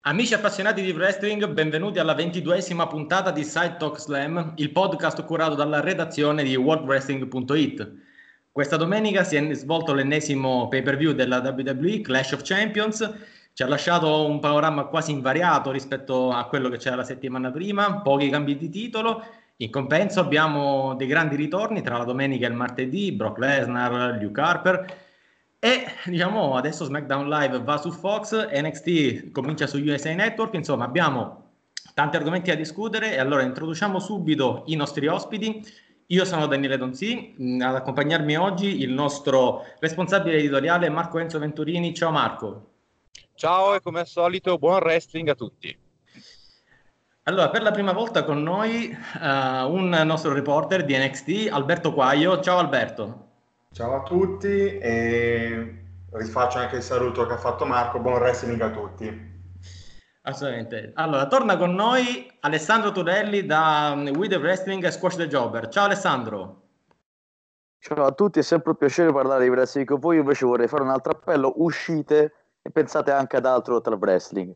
Amici appassionati di wrestling, benvenuti alla 22esima puntata di Side Talk Slam, il podcast curato dalla redazione di worldwrestling.it. Questa domenica si è svolto l'ennesimo pay-per-view della WWE, Clash of Champions. Ci ha lasciato un panorama quasi invariato rispetto a quello che c'era la settimana prima, pochi cambi di titolo. In compenso abbiamo dei grandi ritorni tra la domenica e il martedì, Brock Lesnar, Luke Harper. E diciamo adesso SmackDown Live va su Fox, NXT comincia su USA Network, insomma abbiamo tanti argomenti da discutere e allora introduciamo subito i nostri ospiti. Io sono Daniele Donzi, ad accompagnarmi oggi il nostro responsabile editoriale Marco Enzo Venturini. Ciao Marco. Ciao e come al solito buon wrestling a tutti. Allora, per la prima volta con noi un nostro reporter di NXT, Alberto Quaglio. Ciao Alberto. Ciao a tutti e rifaccio anche il saluto che ha fatto Marco, buon wrestling a tutti. Assolutamente. Allora, torna con noi Alessandro Turelli da We The Wrestling e Squash the Jobber. Ciao Alessandro. Ciao a tutti, è sempre un piacere parlare di wrestling con voi. Invece vorrei fare un altro appello: uscite e pensate anche ad altro oltre al wrestling.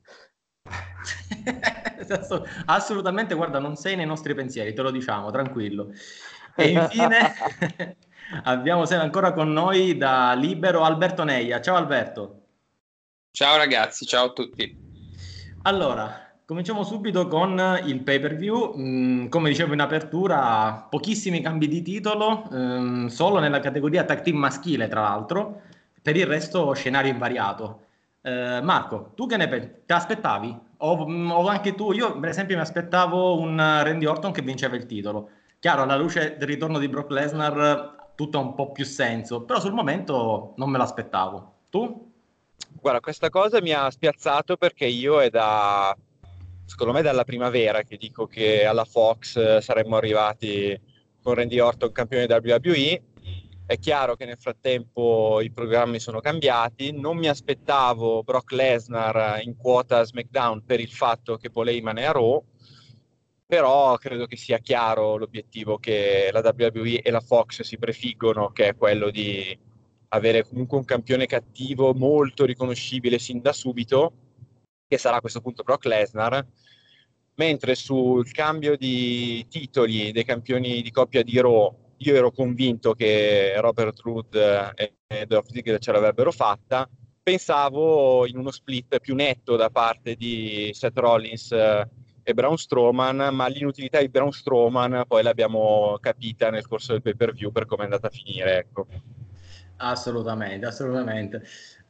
Assolutamente, guarda, non sei nei nostri pensieri, te lo diciamo, tranquillo. E infine abbiamo ancora con noi da Libero Alberto Neia. Ciao Alberto. Ciao ragazzi, ciao a tutti. Allora, cominciamo subito con il pay-per-view. Come dicevo in apertura, pochissimi cambi di titolo, solo nella categoria tag team maschile, tra l'altro. Per il resto scenario invariato. Marco, tu che ne pensi? Te aspettavi? O anche tu? Io per esempio mi aspettavo un Randy Orton che vinceva il titolo. Chiaro, alla luce del ritorno di Brock Lesnar tutto ha un po' più senso, però sul momento non me l'aspettavo. Tu? Guarda, questa cosa mi ha spiazzato perché io secondo me dalla primavera che dico che alla Fox saremmo arrivati con Randy Orton campione WWE. È chiaro che nel frattempo i programmi sono cambiati, non mi aspettavo Brock Lesnar in quota SmackDown per il fatto che Paul Heyman è a Raw, però credo che sia chiaro l'obiettivo che la WWE e la Fox si prefiggono, che è quello di avere comunque un campione cattivo molto riconoscibile sin da subito, che sarà a questo punto Brock Lesnar, mentre sul cambio di titoli dei campioni di coppia di Raw io ero convinto che Robert Roode e Dolph Ziggler ce l'avrebbero fatta. Pensavo in uno split più netto da parte di Seth Rollins e Braun Strowman, ma l'inutilità di Braun Strowman poi l'abbiamo capita nel corso del pay-per-view per come è andata a finire, ecco. Assolutamente, assolutamente.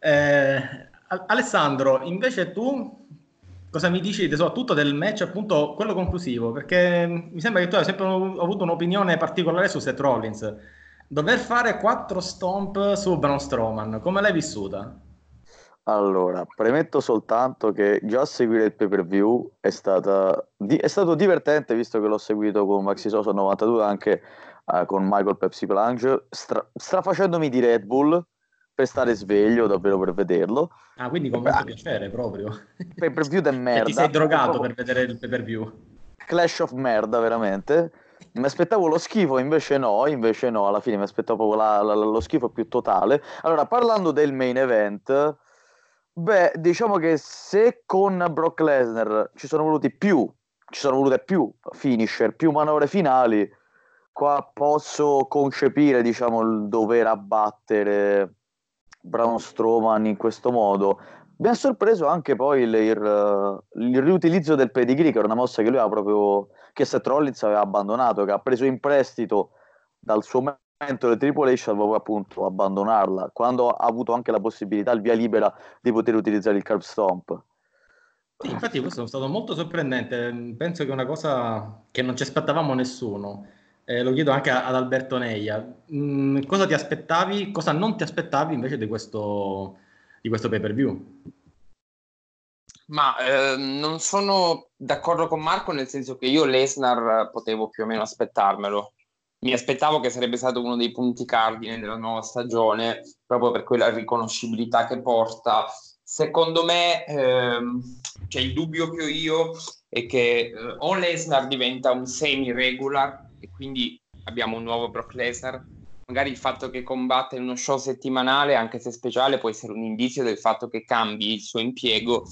Alessandro, invece tu cosa mi dici soprattutto del match, appunto quello conclusivo? Perché mi sembra che tu hai sempre avuto un'opinione particolare su Seth Rollins. Dover fare 4 stomp su Braun Strowman, come l'hai vissuta? Allora, premetto soltanto che già seguire il pay-per-view è stato divertente, visto che l'ho seguito con Maxi Sosa 92, anche con Michael Pepsi Plange, strafacendomi di Red Bull per stare sveglio, davvero, per vederlo. Ah, quindi con molto piacere proprio. Pay-per-view de merda. Ti sei drogato per vedere il pay-per-view. Clash of merda, veramente. Mi aspettavo lo schifo, invece no, alla fine mi aspettavo lo schifo più totale. Allora, parlando del main event, beh, diciamo che se con Brock Lesnar ci sono volute più finisher, più manovre finali, qua posso concepire, diciamo, il dover abbattere Braun Strowman in questo modo. Mi ha sorpreso anche poi il riutilizzo del pedigree, che era una mossa che lui aveva proprio, che Seth Rollins aveva abbandonato, che ha preso in prestito dal suo mentore Triple H, aveva appunto abbandonarla, quando ha avuto anche la possibilità, il via libera, di poter utilizzare il curb stomp. Sì, infatti questo è stato molto sorprendente, penso che è una cosa che non ci aspettavamo nessuno. Lo chiedo anche ad Alberto Neia. Cosa ti aspettavi, cosa non ti aspettavi invece di questo pay-per-view? Ma non sono d'accordo con Marco, nel senso che io Lesnar potevo più o meno aspettarmelo. Mi aspettavo che sarebbe stato uno dei punti cardine della nuova stagione, proprio per quella riconoscibilità che porta. Secondo me, cioè il dubbio che ho io è che o Lesnar diventa un semi-regular e quindi abbiamo un nuovo Brock Lesnar. Magari il fatto che combatta in uno show settimanale, anche se speciale, può essere un indizio del fatto che cambi il suo impiego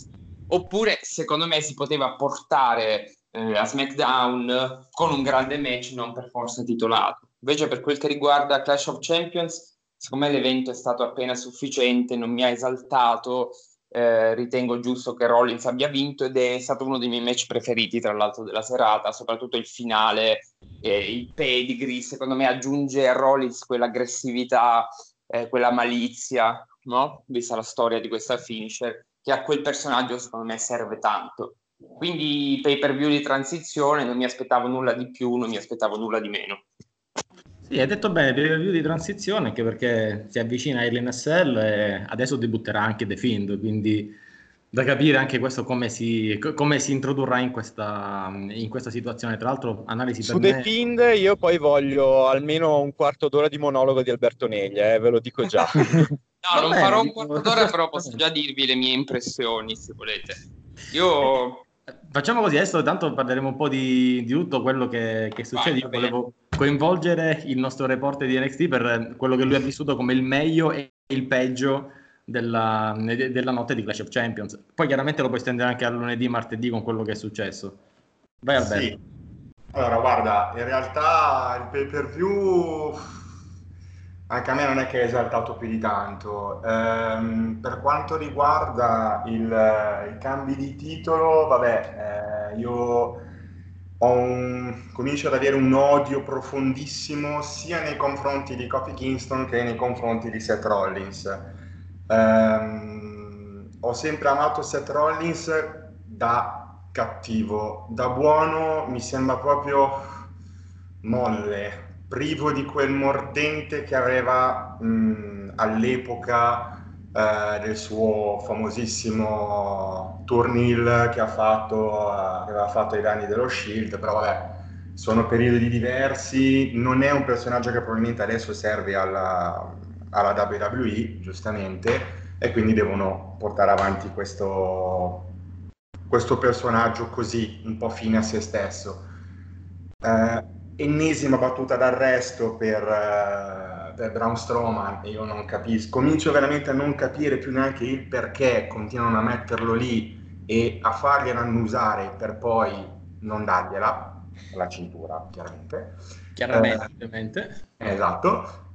Oppure, secondo me, si poteva portare a SmackDown con un grande match, non per forza titolato. Invece, per quel che riguarda Clash of Champions, secondo me l'evento è stato appena sufficiente, non mi ha esaltato. Ritengo giusto che Rollins abbia vinto ed è stato uno dei miei match preferiti, tra l'altro, della serata, soprattutto il finale, il pedigree, secondo me aggiunge a Rollins quell'aggressività, quella malizia, no? Vista la storia di questa finisher, che a quel personaggio secondo me serve tanto. Quindi pay-per-view di transizione, non mi aspettavo nulla di più, non mi aspettavo nulla di meno. Sì, hai detto bene, pay-per-view di transizione, anche perché si avvicina Hell in a Cell e adesso debutterà anche The Fiend, quindi da capire anche questo come si introdurrà in questa situazione. Tra l'altro, analisi Su per The me... Fiend io poi voglio almeno un quarto d'ora di monologo di Alberto Neglia, ve lo dico già. No, Va non bene, farò un dico- quarto d'ora, però posso già dirvi le mie impressioni, se volete. Io... Facciamo così, adesso tanto parleremo un po' di tutto quello che succede. Vai, Io va bene. volevo coinvolgere il nostro reporter di NXT per quello che lui ha vissuto come il meglio e il peggio della notte di Clash of Champions. Poi chiaramente lo puoi stendere anche al lunedì, martedì con quello che è successo. Vai Alberto. Sì, allora guarda, in realtà il pay-per-view anche a me non è che è esaltato più di tanto. Per quanto riguarda i cambi di titolo, vabbè, io comincio ad avere un odio profondissimo sia nei confronti di Kofi Kingston che nei confronti di Seth Rollins. Ho sempre amato Seth Rollins da cattivo, da buono mi sembra proprio molle, privo di quel mordente che aveva all'epoca del suo famosissimo turnil che aveva fatto ai danni dello Shield, però vabbè, sono periodi diversi, non è un personaggio che probabilmente adesso serve alla WWE, giustamente, e quindi devono portare avanti questo personaggio così, un po' fine a se stesso. Ennesima battuta d'arresto per Braun Strowman, e io non capisco, comincio veramente a non capire più neanche il perché continuano a metterlo lì e a fargliela annusare per poi non dargliela, la cintura chiaramente. Chiaramente, ovviamente. Esatto.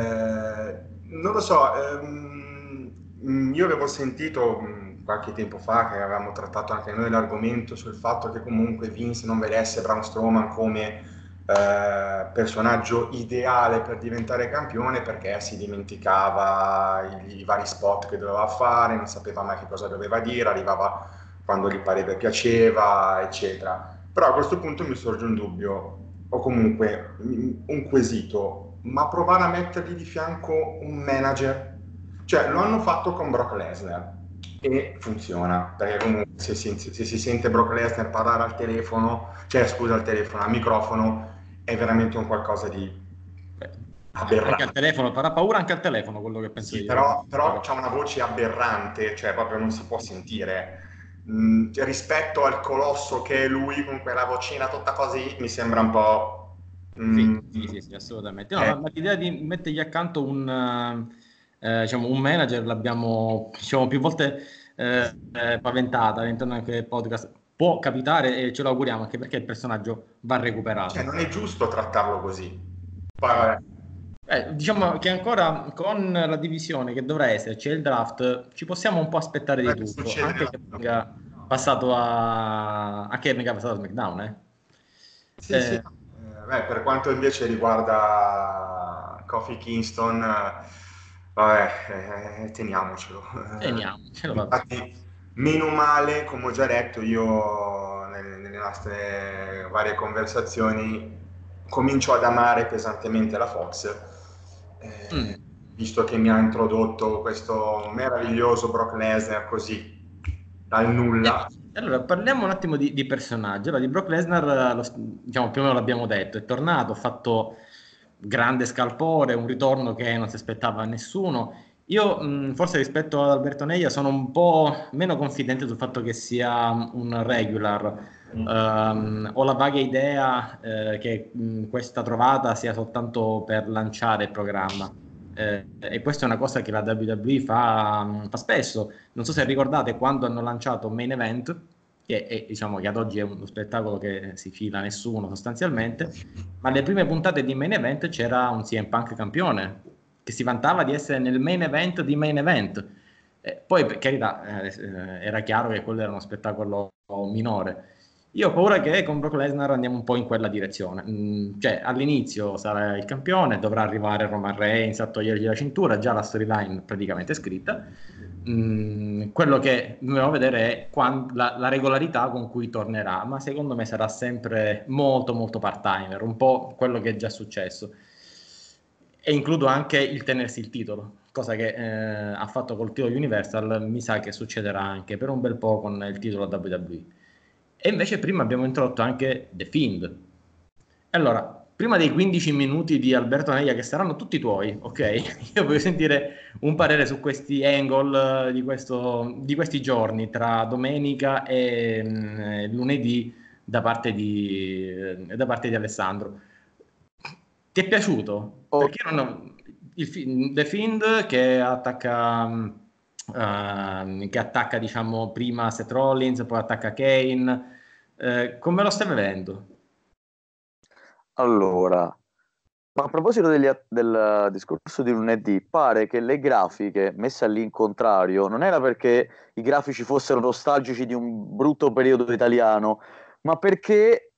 Non lo so, io avevo sentito qualche tempo fa che avevamo trattato anche noi l'argomento sul fatto che comunque Vince non vedesse Braun Strowman come personaggio ideale per diventare campione perché si dimenticava i vari spot che doveva fare, non sapeva mai che cosa doveva dire, arrivava quando gli pareva e piaceva, eccetera. Però a questo punto mi sorge un dubbio, o comunque un quesito, ma provare a mettergli di fianco un manager? Cioè, lo hanno fatto con Brock Lesnar e funziona, perché comunque se si sente Brock Lesnar parlare al telefono, al microfono, è veramente un qualcosa di aberrante. Anche al telefono, farà paura anche al telefono quello che penso Sì, io. però c'ha una voce aberrante, cioè proprio non si può sentire. Rispetto al colosso che è lui, con quella vocina tutta così, mi sembra un po'... Sì, assolutamente. No, ma l'idea di mettergli accanto diciamo, un manager l'abbiamo più volte paventata all'interno anche del podcast. Può capitare e ce lo auguriamo, anche perché il personaggio va recuperato. Cioè, non è giusto trattarlo così. Poi, vabbè. Diciamo che ancora con la divisione che dovrà esserci, il draft, ci possiamo un po' aspettare di tutto, anche che venga passato anche venga passato a SmackDown, Sì. Per quanto invece riguarda Kofi Kingston, vabbè, teniamocelo. Infatti, meno male, come ho già detto io nelle nostre varie conversazioni, comincio ad amare pesantemente la Fox, visto che mi ha introdotto questo meraviglioso Brock Lesnar così, dal nulla. Allora, parliamo un attimo di personaggio. Allora, di Brock Lesnar, diciamo, più o meno l'abbiamo detto, è tornato, ha fatto grande scalpore, un ritorno che non si aspettava a nessuno. Io, forse rispetto ad Alberto Neglia, sono un po' meno confidente sul fatto che sia un regular. Ho la vaga idea che questa trovata sia soltanto per lanciare il programma. e questa è una cosa che la WWE fa spesso. Non so se ricordate quando hanno lanciato Main Event, diciamo che ad oggi è uno spettacolo che si fila nessuno sostanzialmente, ma alle prime puntate di Main Event c'era un CM Punk campione che si vantava di essere nel Main Event di Main Event. Poi per carità era chiaro che quello era uno spettacolo minore. Io ho paura che con Brock Lesnar andiamo un po' in quella direzione. Cioè, all'inizio sarà il campione, dovrà arrivare Roman Reigns a togliergli la cintura, già la storyline praticamente è scritta. Quello che dobbiamo vedere è la regolarità con cui tornerà, ma secondo me sarà sempre molto molto part-timer, un po' quello che è già successo. E includo anche il tenersi il titolo, cosa che ha fatto col titolo Universal, mi sa che succederà anche per un bel po' con il titolo WWE. E invece prima abbiamo introdotto anche The Fiend. Allora, prima dei 15 minuti di Alberto Neglia, che saranno tutti tuoi, ok? Io voglio sentire un parere su questi angle di questi giorni, tra domenica e lunedì, da parte di Alessandro. Ti è piaciuto? Perché The Fiend che attacca diciamo prima Seth Rollins, poi attacca Kane, come lo stai vedendo? Allora, ma a proposito del discorso di lunedì, pare che le grafiche messe all'incontrario non era perché i grafici fossero nostalgici di un brutto periodo italiano, ma perché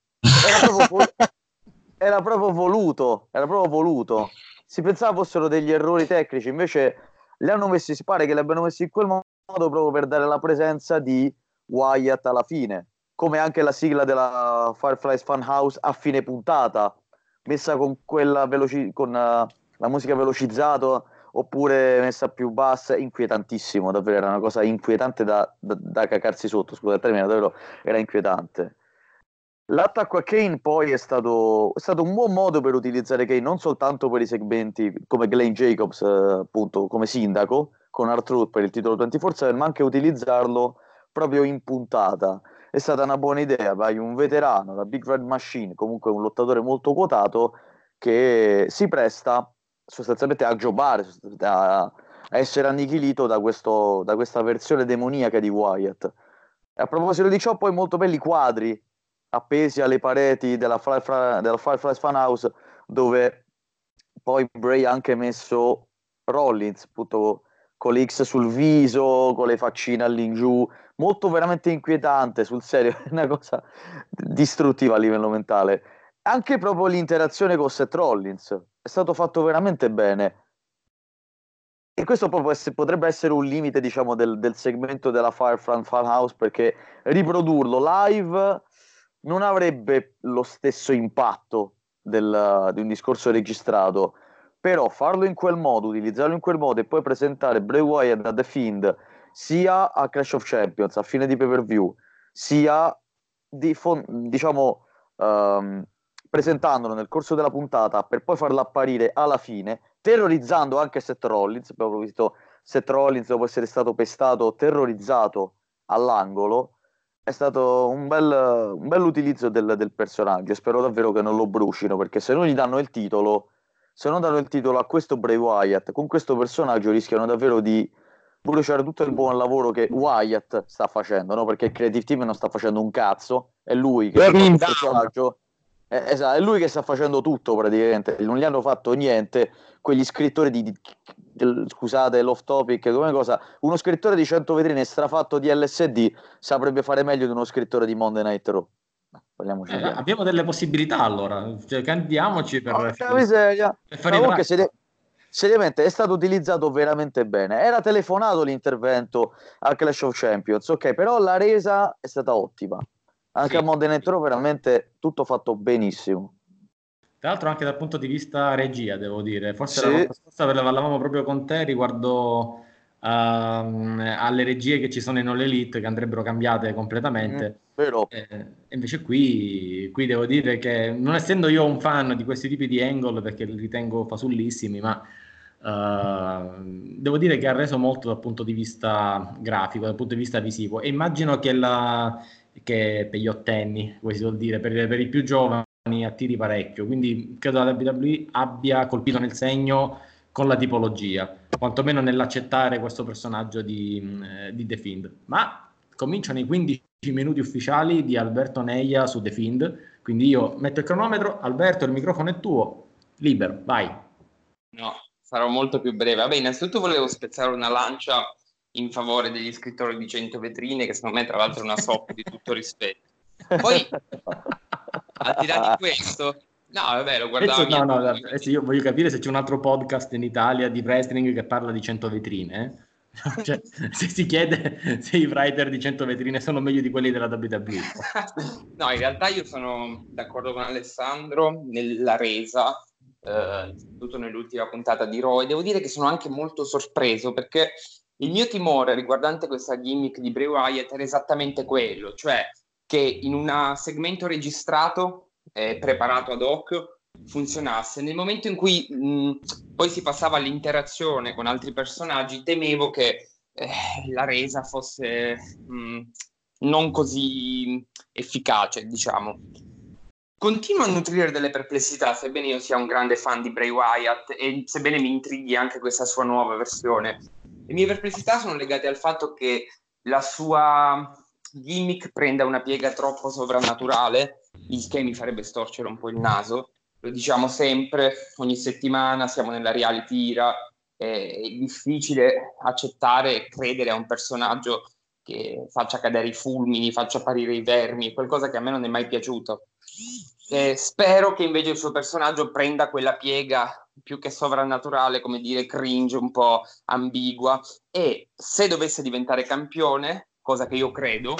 era proprio voluto. Si pensava fossero degli errori tecnici, invece pare che li abbiano messi in quel modo proprio per dare la presenza di Wyatt alla fine, come anche la sigla della Fireflies Funhouse a fine puntata, messa con quella con la musica velocizzata oppure messa più bassa, inquietantissimo, davvero, era una cosa inquietante da cacarsi sotto, scusa il termine, davvero era inquietante. L'attacco a Kane poi è stato un buon modo per utilizzare Kane non soltanto per i segmenti come Glenn Jacobs, appunto come sindaco, con R-Truth per il titolo 24/7, ma anche utilizzarlo proprio in puntata. È stata una buona idea, vai un veterano, la Big Red Machine, comunque un lottatore molto quotato che si presta sostanzialmente a giocare, a essere annichilito da questa versione demoniaca di Wyatt. E a proposito di ciò, poi molto belli quadri appesi alle pareti della Fireflies Funhouse, dove poi Bray ha anche messo Rollins, appunto, con l'X sul viso, con le faccine all'ingiù, molto veramente inquietante, sul serio, è una cosa distruttiva a livello mentale. Anche proprio l'interazione con Seth Rollins è stato fatto veramente bene. E questo proprio potrebbe essere un limite, diciamo, del segmento della Firefly Funhouse, perché riprodurlo live non avrebbe lo stesso impatto di un discorso registrato, però farlo in quel modo, utilizzarlo in quel modo e poi presentare Bray Wyatt da The Fiend sia a Clash of Champions, a fine di pay-per-view, sia diciamo presentandolo nel corso della puntata per poi farlo apparire alla fine, terrorizzando anche Seth Rollins. Abbiamo visto Seth Rollins dopo essere stato pestato, terrorizzato all'angolo. È stato un bel utilizzo del personaggio. Spero davvero che non lo brucino, perché se non gli danno il titolo, se non danno il titolo a questo Bray Wyatt con questo personaggio, rischiano davvero di bruciare tutto il buon lavoro che Wyatt sta facendo, no? Perché il creative team non sta facendo un cazzo, è lui che fa il personaggio. Esatto, è lui che sta facendo tutto praticamente, non gli hanno fatto niente quegli scrittori scusate l'off topic come cosa, uno scrittore di 100 vetrine strafatto di LSD saprebbe fare meglio di uno scrittore di Monday Night Raw. Abbiamo delle possibilità, allora, cioè, candiamoci per miseria. fare comunque seriamente è stato utilizzato veramente bene, era telefonato l'intervento a Clash of Champions, ok, però la resa è stata ottima. Anche a Monday Night Raw veramente tutto fatto benissimo. Tra l'altro anche dal punto di vista regia, devo dire, forse la volta scorsa parlavamo proprio con te riguardo alle regie che ci sono in All Elite, che andrebbero cambiate completamente. Vero. Invece qui devo dire che, non essendo io un fan di questi tipi di angle, perché li ritengo fasullissimi, ma devo dire che ha reso molto dal punto di vista grafico, dal punto di vista visivo, e immagino che per gli ottenni, come si vuol dire, per i più giovani attiri parecchio, quindi credo la WWE abbia colpito nel segno con la tipologia, quantomeno nell'accettare questo personaggio di The Fiend. Ma cominciano i 15 minuti ufficiali di Alberto Neia su The Fiend, quindi io metto il cronometro. Alberto, il microfono è tuo, libero, vai. No, sarò molto più breve. Vabbè, innanzitutto volevo spezzare una lancia in favore degli scrittori di 100 vetrine, che secondo me tra l'altro è una soap di tutto rispetto. Poi, al di là di questo, no, vabbè, lo guardavo. Adesso io voglio capire se c'è un altro podcast in Italia di wrestling che parla di 100 vetrine. Cioè, se si chiede se i writer di 100 vetrine sono meglio di quelli della WWE. No, in realtà io sono d'accordo con Alessandro nella resa, soprattutto nell'ultima puntata di Raw, e devo dire che sono anche molto sorpreso, perché il mio timore riguardante questa gimmick di Bray Wyatt era esattamente quello, cioè che in un segmento registrato, preparato ad hoc, funzionasse. Nel momento in cui poi si passava all'interazione con altri personaggi, temevo che la resa fosse non così efficace, diciamo. Continuo a nutrire delle perplessità, sebbene io sia un grande fan di Bray Wyatt e sebbene mi intrighi anche questa sua nuova versione. Le mie perplessità sono legate al fatto che la sua gimmick prenda una piega troppo sovrannaturale, il che mi farebbe storcere un po' il naso. Lo diciamo sempre, ogni settimana siamo nella reality era, è difficile accettare e credere a un personaggio che faccia cadere i fulmini, faccia apparire i vermi, qualcosa che a me non è mai piaciuto. Spero che invece il suo personaggio prenda quella piega più che sovrannaturale, come dire, cringe, un po' ambigua, e se dovesse diventare campione, cosa che io credo,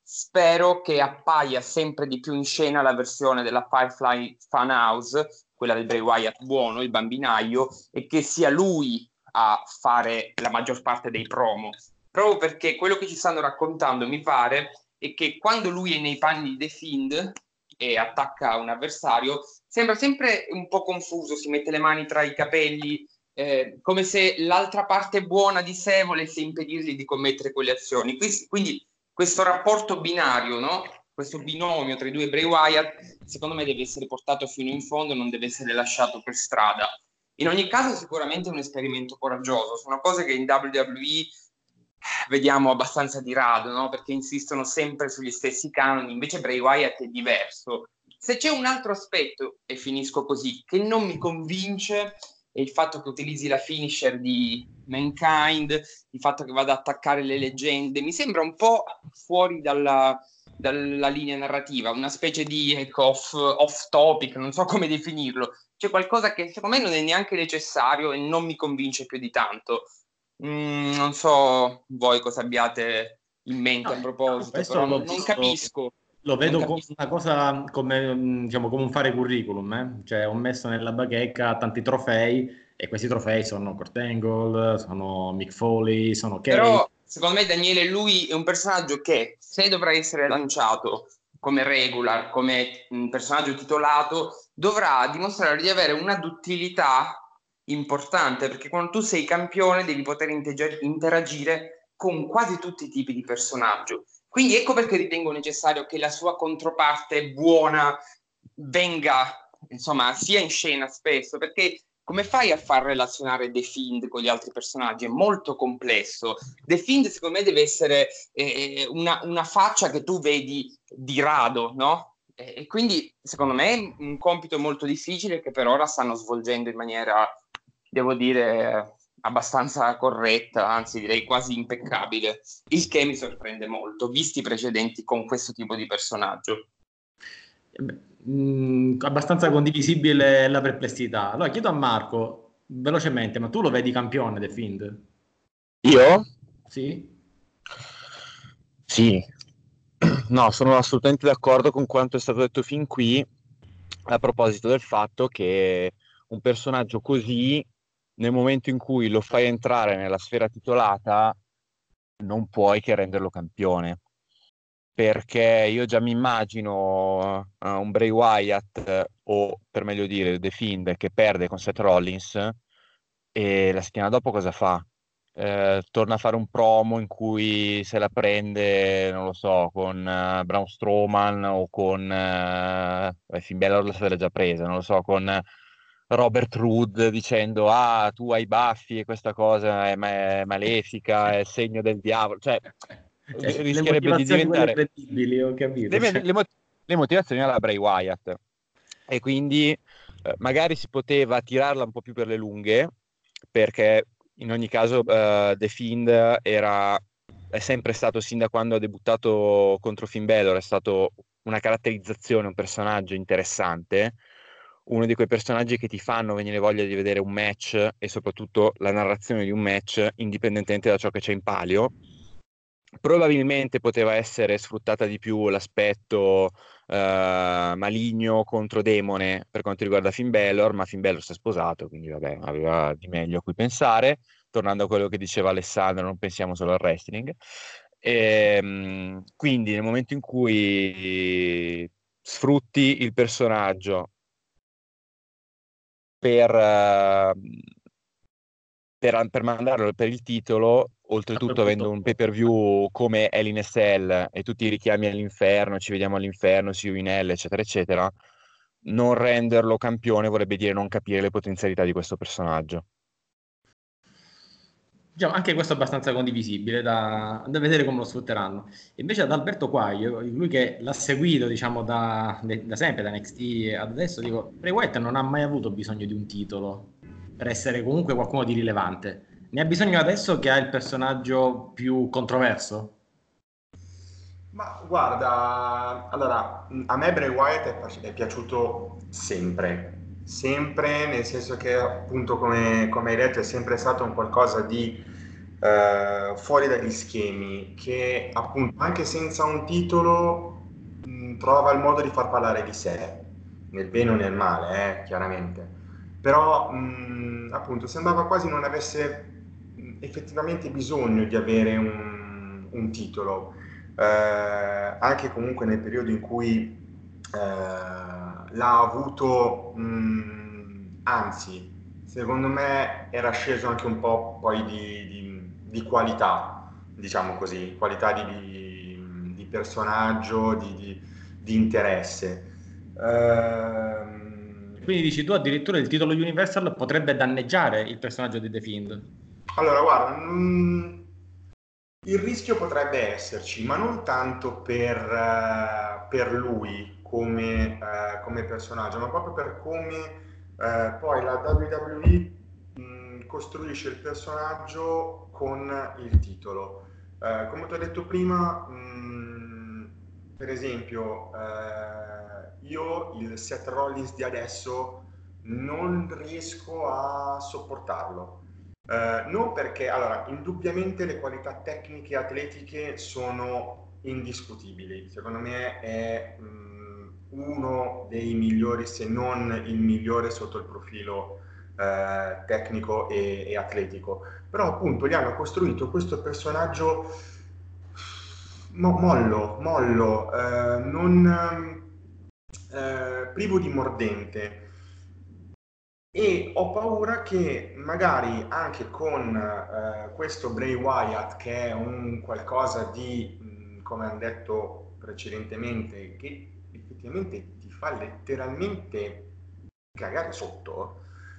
spero che appaia sempre di più in scena la versione della Firefly Funhouse, quella del Bray Wyatt buono, il bambinaio, e che sia lui a fare la maggior parte dei promo. Proprio perché quello che ci stanno raccontando, mi pare, è che quando lui è nei panni di The Fiend e attacca un avversario, sembra sempre un po' confuso, si mette le mani tra i capelli, come se l'altra parte buona di sé volesse impedirgli di commettere quelle azioni. Quindi questo rapporto binario, no? Questo binomio tra i due Bray Wyatt, secondo me deve essere portato fino in fondo, non deve essere lasciato per strada. In ogni caso sicuramente è un esperimento coraggioso, sono cose che in WWE vediamo abbastanza di rado, no? Perché insistono sempre sugli stessi canoni, invece Bray Wyatt è diverso. Se c'è un altro aspetto, e finisco così, che non mi convince, è il fatto che utilizzi la finisher di Mankind, il fatto che vada ad attaccare le leggende, mi sembra un po' fuori dalla linea narrativa, una specie di off topic, non so come definirlo. C'è qualcosa che secondo me non è neanche necessario e non mi convince più di tanto. Non so voi cosa abbiate in mente a proposito, però non capisco. Lo vedo come una cosa come, diciamo, come un fare curriculum, Cioè ho messo nella bacheca tanti trofei e questi trofei sono Kurt Angle, sono Mick Foley, sono Kane. Però secondo me Daniele, lui è un personaggio che se dovrà essere lanciato come regular, come un personaggio titolato, dovrà dimostrare di avere una duttilità importante, perché quando tu sei campione devi poter interagire con quasi tutti i tipi di personaggio. Quindi ecco perché ritengo necessario che la sua controparte buona venga, insomma, sia in scena spesso, perché come fai a far relazionare The Fiend con gli altri personaggi? È molto complesso. The Fiend secondo me deve essere una faccia che tu vedi di rado, no? E quindi secondo me è un compito molto difficile che per ora stanno svolgendo in maniera, devo dire, abbastanza corretta, anzi direi quasi impeccabile, il che mi sorprende molto, visti i precedenti con questo tipo di personaggio. Abbastanza condivisibile la perplessità. Allora chiedo a Marco velocemente, ma tu lo vedi campione The Fiend? Io? Sì? Sì. No, sono assolutamente d'accordo con quanto è stato detto fin qui a proposito del fatto che un personaggio così, nel momento in cui lo fai entrare nella sfera titolata, non puoi che renderlo campione. Perché io già mi immagino un Bray Wyatt, o per meglio dire The Fiend, che perde con Seth Rollins e la settimana dopo cosa fa? Torna a fare un promo in cui se la prende, non lo so, con Braun Strowman o con Finn Balor se l'ha già presa, non lo so, con Robert Roode dicendo tu hai i baffi e questa cosa è malefica, è segno del diavolo, cioè le rischierebbe di motivazioni quelle diventare credibili, ho capito. le motivazioni alla Bray Wyatt, e quindi magari si poteva tirarla un po' più per le lunghe, perché in ogni caso The Fiend è sempre stato, sin da quando ha debuttato contro Finn Balor, è stato una caratterizzazione, un personaggio interessante, uno di quei personaggi che ti fanno venire voglia di vedere un match, e soprattutto la narrazione di un match, indipendentemente da ciò che c'è in palio. Probabilmente poteva essere sfruttata di più l'aspetto maligno contro demone per quanto riguarda Finn Balor, ma Finn Balor si è sposato, quindi vabbè, aveva di meglio a cui pensare. Tornando a quello che diceva Alessandro, non pensiamo solo al wrestling. Quindi nel momento in cui sfrutti il personaggio per mandarlo per il titolo, oltretutto avendo un pay-per-view come Hell in a Cell e tutti i richiami all'inferno, ci vediamo all'inferno, see you in hell, eccetera, eccetera, non renderlo campione vorrebbe dire non capire le potenzialità di questo personaggio. Diciamo, anche questo è abbastanza condivisibile, da vedere come lo sfrutteranno. Invece ad Alberto Quaglio, lui che l'ha seguito, diciamo, da sempre, da NXT ad adesso, dico, Bray Wyatt non ha mai avuto bisogno di un titolo per essere comunque qualcuno di rilevante. Ne ha bisogno adesso che ha il personaggio più controverso? Ma guarda, allora, a me Bray Wyatt è piaciuto sempre, nel senso che appunto come hai detto è sempre stato un qualcosa di fuori dagli schemi, che appunto anche senza un titolo trova il modo di far parlare di sé, nel bene o nel male, chiaramente. Però appunto sembrava quasi non avesse effettivamente bisogno di avere un titolo. Anche comunque nel periodo in cui l'ha avuto, anzi, secondo me era sceso anche un po' poi di qualità, diciamo così, qualità di personaggio, di interesse. Quindi dici tu addirittura il titolo Universal potrebbe danneggiare il personaggio di The Fiend? Allora, guarda, il rischio potrebbe esserci, ma non tanto per lui come personaggio, ma proprio per come poi la WWE costruisce il personaggio con il titolo. Come ti ho detto prima, per esempio, io il Seth Rollins di adesso non riesco a sopportarlo. Non perché, allora, indubbiamente le qualità tecniche e atletiche sono indiscutibili. Secondo me è uno dei migliori, se non il migliore sotto il profilo tecnico e atletico. Però appunto gli hanno costruito questo personaggio mollo, privo di mordente. E ho paura che magari anche con questo Bray Wyatt, che è un qualcosa di, come hanno detto precedentemente, che effettivamente ti fa letteralmente cagare sotto,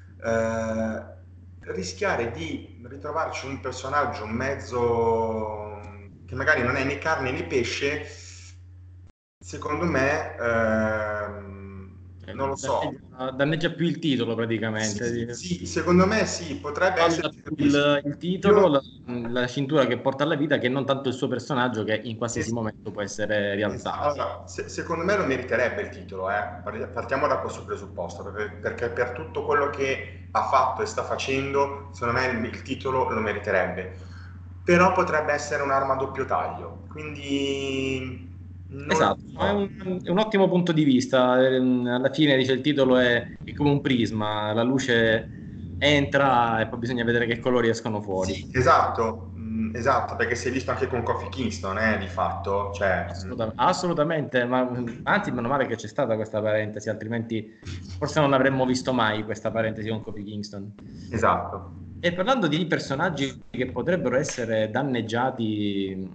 rischiare di ritrovarci un personaggio mezzo che magari non è né carne né pesce, secondo me, non lo so. Danneggia più il titolo praticamente. Sì, secondo me sì, potrebbe essere il titolo, la cintura che porta alla vita, che non tanto il suo personaggio, che in qualsiasi momento può essere rialzato. Allora, secondo me lo meriterebbe il titolo, partiamo da questo presupposto, perché per tutto quello che ha fatto e sta facendo, secondo me il titolo lo meriterebbe, però potrebbe essere un'arma a doppio taglio, quindi Esatto, è un ottimo punto di vista. Alla fine dice il titolo è come un prisma, la luce entra e poi bisogna vedere che colori escono fuori. Sì, esatto, perché si è visto anche con Kofi Kingston, di fatto. Cioè, assolutamente, ma anzi, meno male che c'è stata questa parentesi, altrimenti forse non avremmo visto mai questa parentesi con Kofi Kingston. Esatto. E parlando di personaggi che potrebbero essere danneggiati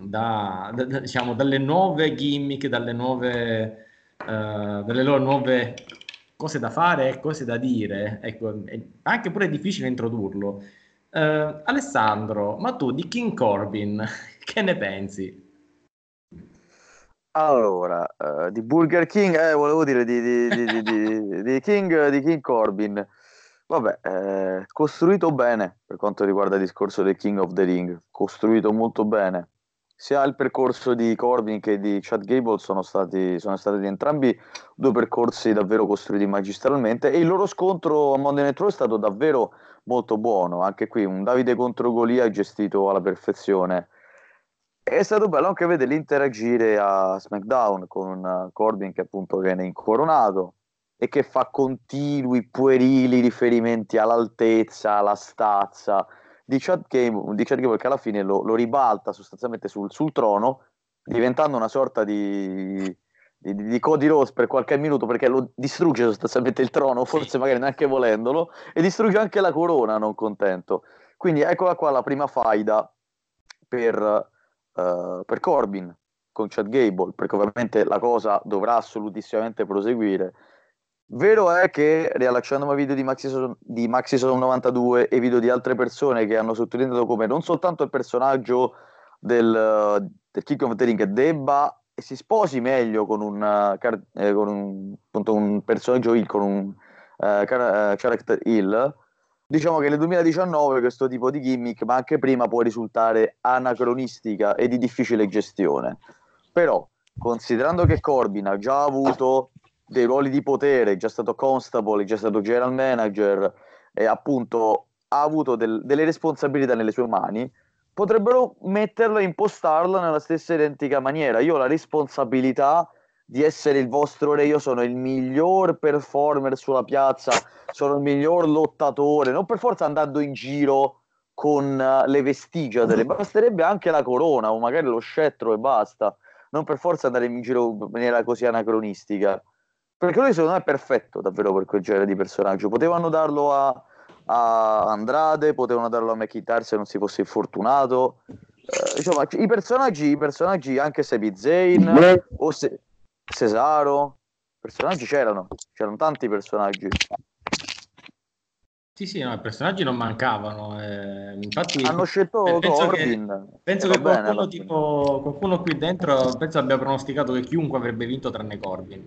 diciamo, dalle nuove gimmick, dalle loro nuove cose da fare e cose da dire, ecco, è anche pure difficile introdurlo. Alessandro, ma tu di King Corbin che ne pensi? Allora, di Burger King, volevo dire di King Corbin. Vabbè, costruito bene per quanto riguarda il discorso del King of the Ring, costruito molto bene. Sia il percorso di Corbin che di Chad Gable sono stati entrambi due percorsi davvero costruiti magistralmente, e il loro scontro a Monday Night Raw è stato davvero molto buono. Anche qui un Davide contro Golia gestito alla perfezione. È stato bello anche vederli interagire a SmackDown con un Corbin che appunto viene incoronato e che fa continui puerili riferimenti all'altezza, alla stazza di Chad Gable, che alla fine lo ribalta sostanzialmente sul trono, diventando una sorta di Cody Rhodes per qualche minuto, perché lo distrugge sostanzialmente il trono, forse magari neanche volendolo, e distrugge anche la corona, non contento. Quindi eccola qua la prima faida per Corbin con Chad Gable, perché ovviamente la cosa dovrà assolutissimamente proseguire. Vero è che, riallacciandomi a video di Maxi 92 e video di altre persone che hanno sottolineato come non soltanto il personaggio del King of the Ring debba e si sposi meglio con un personaggio heel, con un character heel, diciamo che nel 2019 questo tipo di gimmick, ma anche prima, può risultare anacronistica e di difficile gestione. Però, considerando che Corbin ha già avuto dei ruoli di potere, è già stato constable, è già stato general manager e appunto ha avuto delle responsabilità nelle sue mani, potrebbero metterlo e impostarla nella stessa identica maniera. Io ho la responsabilità di essere il vostro re, io sono il miglior performer sulla piazza, sono il miglior lottatore, non per forza andando in giro con le vestigia basterebbe anche la corona o magari lo scettro e basta, non per forza andare in giro in maniera così anacronistica, perché lui secondo me è perfetto davvero per quel genere di personaggio. Potevano darlo a Andrade, potevano darlo a McIntyre se non si fosse infortunato. Insomma, i personaggi anche Sami Zayn o Cesaro, personaggi c'erano tanti personaggi. Sì, no, i personaggi non mancavano. Infatti, Hanno scelto Corbin. Penso che qualcuno qui dentro penso abbia pronosticato che chiunque avrebbe vinto tranne Corbin.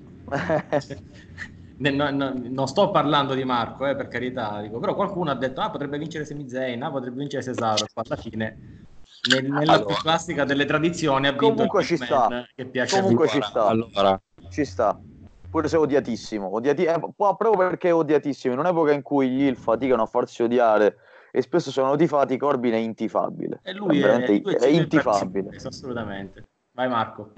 Non sto parlando di Marco, per carità, dico, però qualcuno ha detto potrebbe vincere Sami Zayn, potrebbe vincere Cesaro. Alla fine, nella più classica delle tradizioni, ha vinto comunque il ci sta. che piace Comunque allora. Ci sta. Pure se odiatissimo, proprio perché è odiatissimo, in un'epoca in cui gli heel faticano a farsi odiare e spesso sono tifati, Corbin è intifabile. E lui è intifabile. Assolutamente. Vai Marco.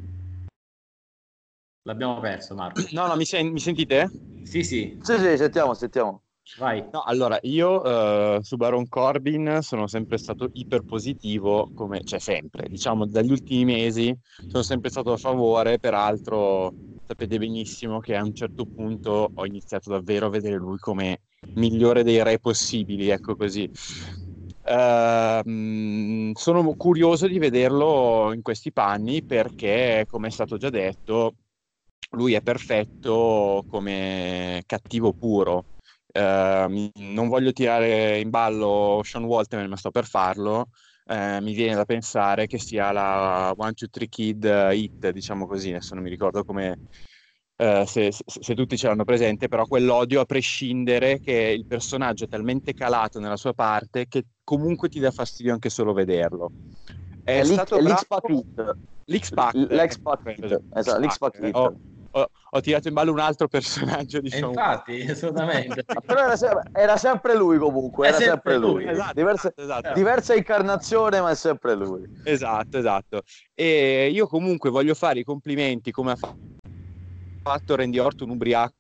L'abbiamo perso, Marco. No, mi sentite? Sì. Sì, sentiamo. Vai. No, allora, io su Baron Corbin sono sempre stato iperpositivo, cioè sempre, diciamo, dagli ultimi mesi sono sempre stato a favore, peraltro sapete benissimo che a un certo punto ho iniziato davvero a vedere lui come migliore dei re possibili, ecco così. Sono curioso di vederlo in questi panni perché, come è stato già detto, lui è perfetto come cattivo puro. Non voglio tirare in ballo Sean Waltman, ma sto per farlo. Mi viene da pensare che sia la 1-2-3 Kid hit, diciamo così, adesso non mi ricordo come se tutti ce l'hanno presente, però quell'odio a prescindere, che il personaggio è talmente calato nella sua parte che comunque ti dà fastidio anche solo vederlo. È stato l'X-Pac Hit. L'X-Pac Hit. Esatto, l'X-Pac Hit. Ho tirato in ballo un altro personaggio, diciamo. Infatti, assolutamente. Però era sempre lui comunque, era sempre lui. Esatto. Diversa incarnazione, ma è sempre lui. Esatto. E io comunque voglio fare i complimenti, come ha fatto Randy Orton ubriaco.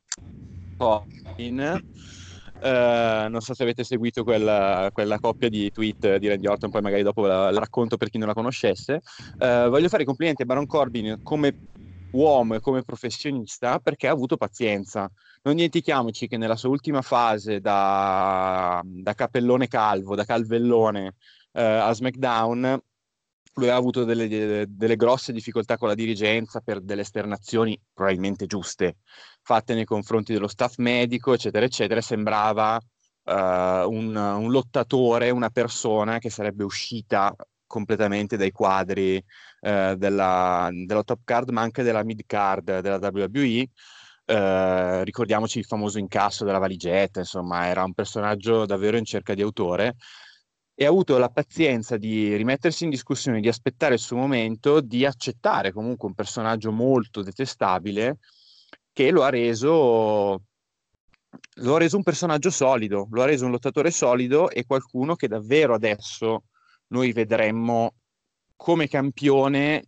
Non so se avete seguito quella coppia di tweet di Randy Orton, poi magari dopo la racconto per chi non la conoscesse. Voglio fare i complimenti a Baron Corbin come uomo e come professionista, perché ha avuto pazienza. Non dimentichiamoci che nella sua ultima fase da capellone calvo, da calvellone a SmackDown, lui ha avuto delle grosse difficoltà con la dirigenza per delle esternazioni probabilmente giuste, fatte nei confronti dello staff medico, eccetera, eccetera. Sembrava un lottatore, una persona che sarebbe uscita completamente dai quadri della top card, ma anche della mid card della WWE. Ricordiamoci il famoso incasso della valigetta, insomma, era un personaggio davvero in cerca di autore e ha avuto la pazienza di rimettersi in discussione, di aspettare il suo momento, di accettare comunque un personaggio molto detestabile che lo ha reso un personaggio solido, lo ha reso un lottatore solido e qualcuno che davvero adesso noi vedremmo come campione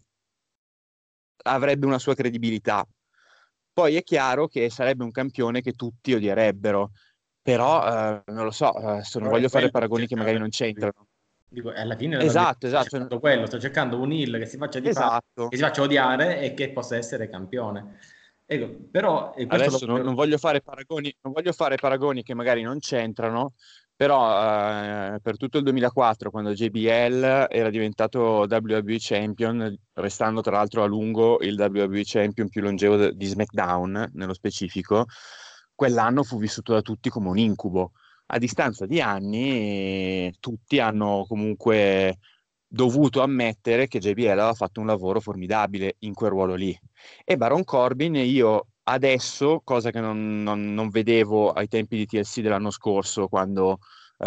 avrebbe una sua credibilità. Poi è chiaro che sarebbe un campione che tutti odierebbero, però non lo so, se non Però è voglio fare quello che paragoni che magari cercano. non c'entrano. Dico, alla fine la WWE Esatto, sta esatto, cercando quello, sta cercando un heel che si faccia di fare, che esatto. si faccia odiare e che possa essere campione. Ecco, però questo lo Adesso non voglio fare paragoni, non voglio fare paragoni che magari non c'entrano, però per tutto il 2004, quando JBL era diventato WWE Champion, restando tra l'altro a lungo il WWE Champion più longevo di SmackDown, nello specifico, quell'anno fu vissuto da tutti come un incubo. A distanza di anni, tutti hanno comunque dovuto ammettere che JBL aveva fatto un lavoro formidabile in quel ruolo lì. E Baron Corbin io adesso, cosa che non vedevo ai tempi di TLC dell'anno scorso, quando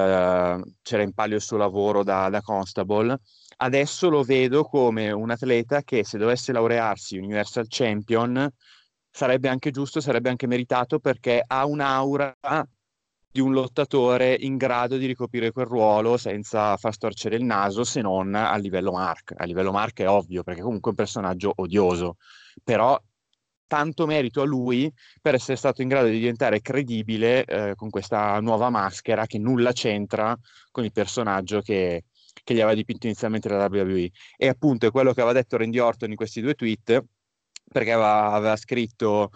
c'era in palio il suo lavoro da Constable, adesso lo vedo come un atleta che se dovesse laurearsi Universal Champion sarebbe anche giusto, sarebbe anche meritato perché ha un'aura di un lottatore in grado di ricoprire quel ruolo senza far storcere il naso, se non a livello Mark. A livello Mark è ovvio, perché comunque è un personaggio odioso, però tanto merito a lui per essere stato in grado di diventare credibile con questa nuova maschera che nulla c'entra con il personaggio che gli aveva dipinto inizialmente la WWE. E appunto è quello che aveva detto Randy Orton in questi due tweet, perché aveva scritto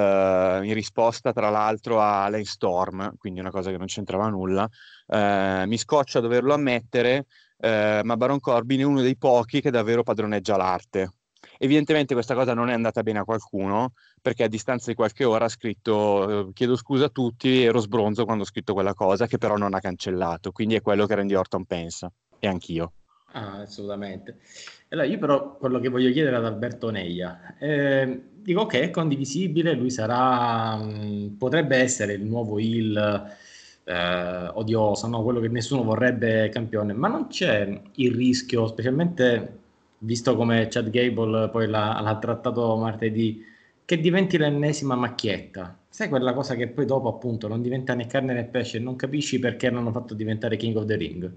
in risposta tra l'altro a Lane Storm, quindi una cosa che non c'entrava nulla, mi scoccia doverlo ammettere, ma Baron Corbin è uno dei pochi che davvero padroneggia l'arte. Evidentemente questa cosa non è andata bene a qualcuno, perché a distanza di qualche ora ha scritto chiedo scusa a tutti, ero sbronzo quando ho scritto quella cosa, che però non ha cancellato, quindi è quello che Randy Orton pensa, e anch'io. Ah, assolutamente. Allora, io però quello che voglio chiedere ad Alberto Neia, dico che è condivisibile, lui sarà, potrebbe essere il nuovo heel odioso, no? Quello che nessuno vorrebbe campione, ma non c'è il rischio, specialmente visto come Chad Gable poi l'ha trattato martedì, che diventi l'ennesima macchietta. Sai quella cosa che poi dopo appunto non diventa né carne né pesce e non capisci perché l'hanno fatto diventare King of the Ring?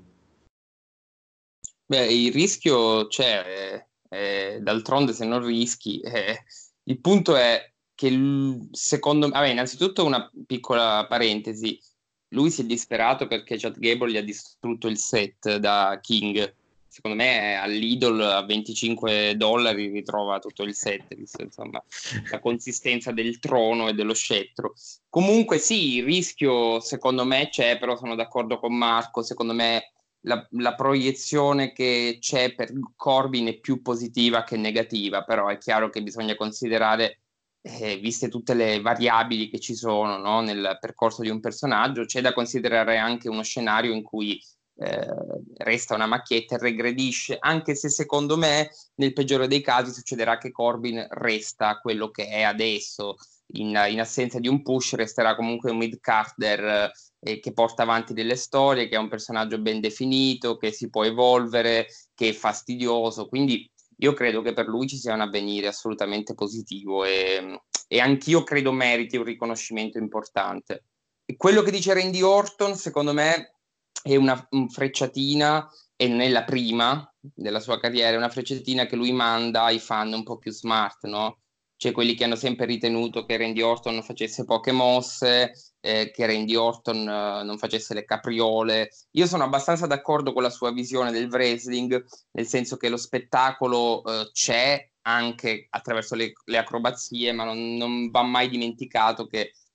Beh, il rischio c'è, d'altronde se non rischi. Il punto è che secondo me, vabbè, innanzitutto una piccola parentesi, lui si è disperato perché Chad Gable gli ha distrutto il set da King. Secondo me all'Idol a $25 ritrova tutto il set, visto, insomma, la consistenza del trono e dello scettro. Comunque sì, il rischio secondo me c'è, però sono d'accordo con Marco, secondo me la proiezione che c'è per Corbyn è più positiva che negativa, però è chiaro che bisogna considerare, viste tutte le variabili che ci sono, no, nel percorso di un personaggio, c'è da considerare anche uno scenario in cui resta una macchietta e regredisce, anche se secondo me nel peggiore dei casi succederà che Corbyn resta quello che è adesso, in assenza di un push resterà comunque un mid-carder che porta avanti delle storie, che è un personaggio ben definito, che si può evolvere, che è fastidioso, quindi io credo che per lui ci sia un avvenire assolutamente positivo e anch'io credo meriti un riconoscimento importante. E quello che dice Randy Orton, secondo me, è una frecciatina, e non è la prima della sua carriera, è una frecciatina che lui manda ai fan un po' più smart, no? Cioè quelli che hanno sempre ritenuto che Randy Orton facesse poche mosse, che Randy Orton non facesse le capriole. Io sono abbastanza d'accordo con la sua visione del wrestling, nel senso che lo spettacolo c'è anche attraverso le acrobazie, ma non va mai dimenticato che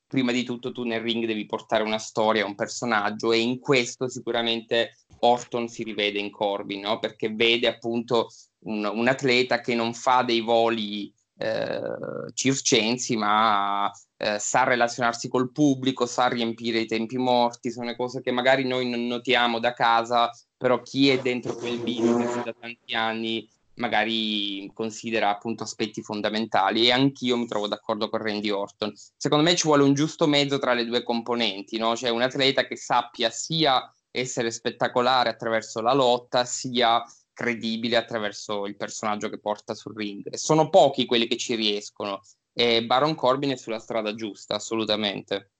prima di tutto tu nel ring devi portare una storia, un personaggio, e in questo sicuramente Orton si rivede in Corbin, no? Perché vede appunto un atleta che non fa dei voli circensi, ma sa relazionarsi col pubblico, sa riempire i tempi morti. Sono cose che magari noi non notiamo da casa, però chi è dentro quel business da tanti anni magari considera appunto aspetti fondamentali, e anch'io mi trovo d'accordo con Randy Orton. Secondo me ci vuole un giusto mezzo tra le due componenti, no? Cioè un atleta che sappia sia essere spettacolare attraverso la lotta, sia credibile attraverso il personaggio che porta sul ring. E sono pochi quelli che ci riescono, e Baron Corbin è sulla strada giusta, assolutamente.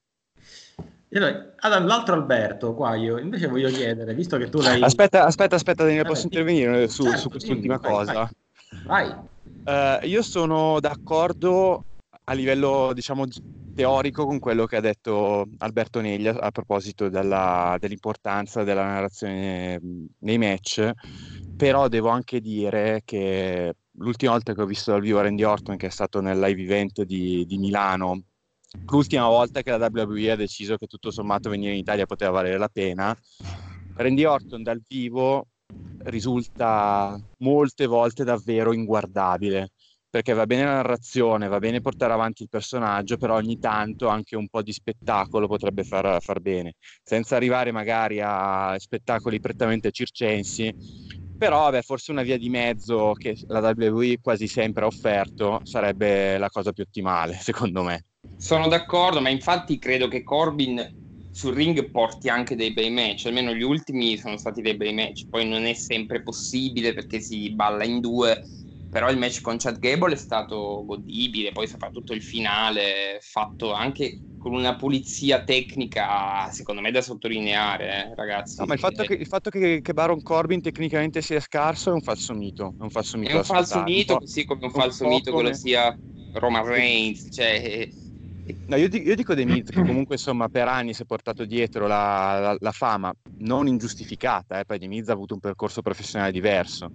Allora, l'altro Alberto, qua io invece voglio chiedere, visto che tu l'hai... Aspetta, Daniele, posso Vabbè, intervenire su certo, quest'ultima dimmi, cosa? Vai. Io sono d'accordo a livello, diciamo, teorico con quello che ha detto Alberto Neglia a proposito dell'importanza della narrazione nei match, però devo anche dire che l'ultima volta che ho visto dal vivo Randy Orton, che è stato nel live event di Milano, l'ultima volta che la WWE ha deciso che tutto sommato venire in Italia poteva valere la pena, Randy Orton dal vivo risulta molte volte davvero inguardabile, perché va bene la narrazione, va bene portare avanti il personaggio, però ogni tanto anche un po' di spettacolo potrebbe far bene, senza arrivare magari a spettacoli prettamente circensi. Però vabbè, forse una via di mezzo che la WWE quasi sempre ha offerto sarebbe la cosa più ottimale, secondo me. Sono d'accordo, ma infatti credo che Corbin sul ring porti anche dei bei match, almeno gli ultimi sono stati dei bei match. Poi non è sempre possibile perché si balla in due, però il match con Chad Gable è stato godibile, poi soprattutto il finale fatto anche con una pulizia tecnica, secondo me da sottolineare, ragazzi. No, ma il fatto che Baron Corbin tecnicamente sia scarso è un falso mito, è un falso mito. È un falso mito, così come un falso mito che lo sia Roman Reigns, cioè... No, io dico The Miz, che comunque insomma per anni si è portato dietro la fama non ingiustificata, poi The Miz ha avuto un percorso professionale diverso,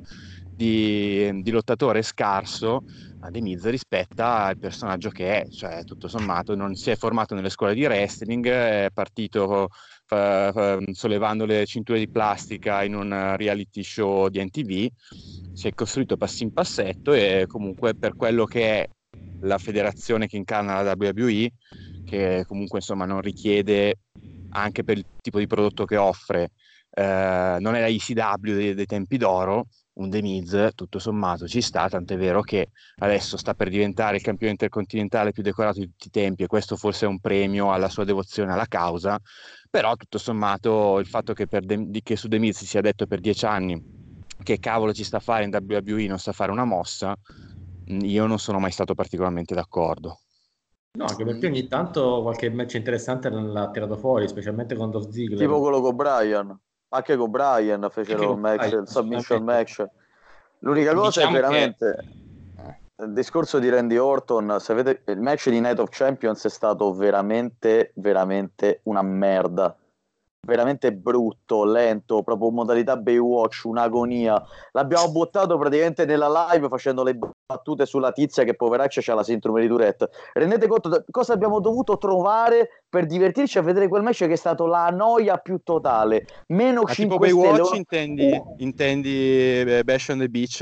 di lottatore scarso, ma The Miz rispetta il personaggio che è, cioè tutto sommato non si è formato nelle scuole di wrestling, è partito sollevando le cinture di plastica in un reality show di NTV, si è costruito passo in passetto, e comunque per quello che è la federazione che incarna la WWE, che comunque insomma non richiede, anche per il tipo di prodotto che offre, non è la ECW dei tempi d'oro, un The Miz tutto sommato ci sta, tant'è vero che adesso sta per diventare il campione intercontinentale più decorato di tutti i tempi, e questo forse è un premio alla sua devozione alla causa. Però tutto sommato il fatto che su The Miz si sia detto per 10 anni che cavolo ci sta a fare in WWE, non sa fare una mossa, io non sono mai stato particolarmente d'accordo. No, anche perché ogni tanto qualche match interessante l'ha tirato fuori, specialmente con Dolph Ziggler. Tipo quello con Brian. Anche con Brian fecero un match, il submission match. L'unica cosa è veramente il discorso di Randy Orton. Se vedete, il match di Night of Champions è stato veramente, veramente una merda. Veramente brutto, lento, proprio modalità Baywatch, un'agonia. L'abbiamo buttato praticamente nella live facendo le battute sulla tizia che poveraccia c'ha la sindrome di Tourette. Rendete conto cosa abbiamo dovuto trovare per divertirci a vedere quel match, che è stato la noia più totale. Meno 5 tipo Baywatch intendi Bash on the Beach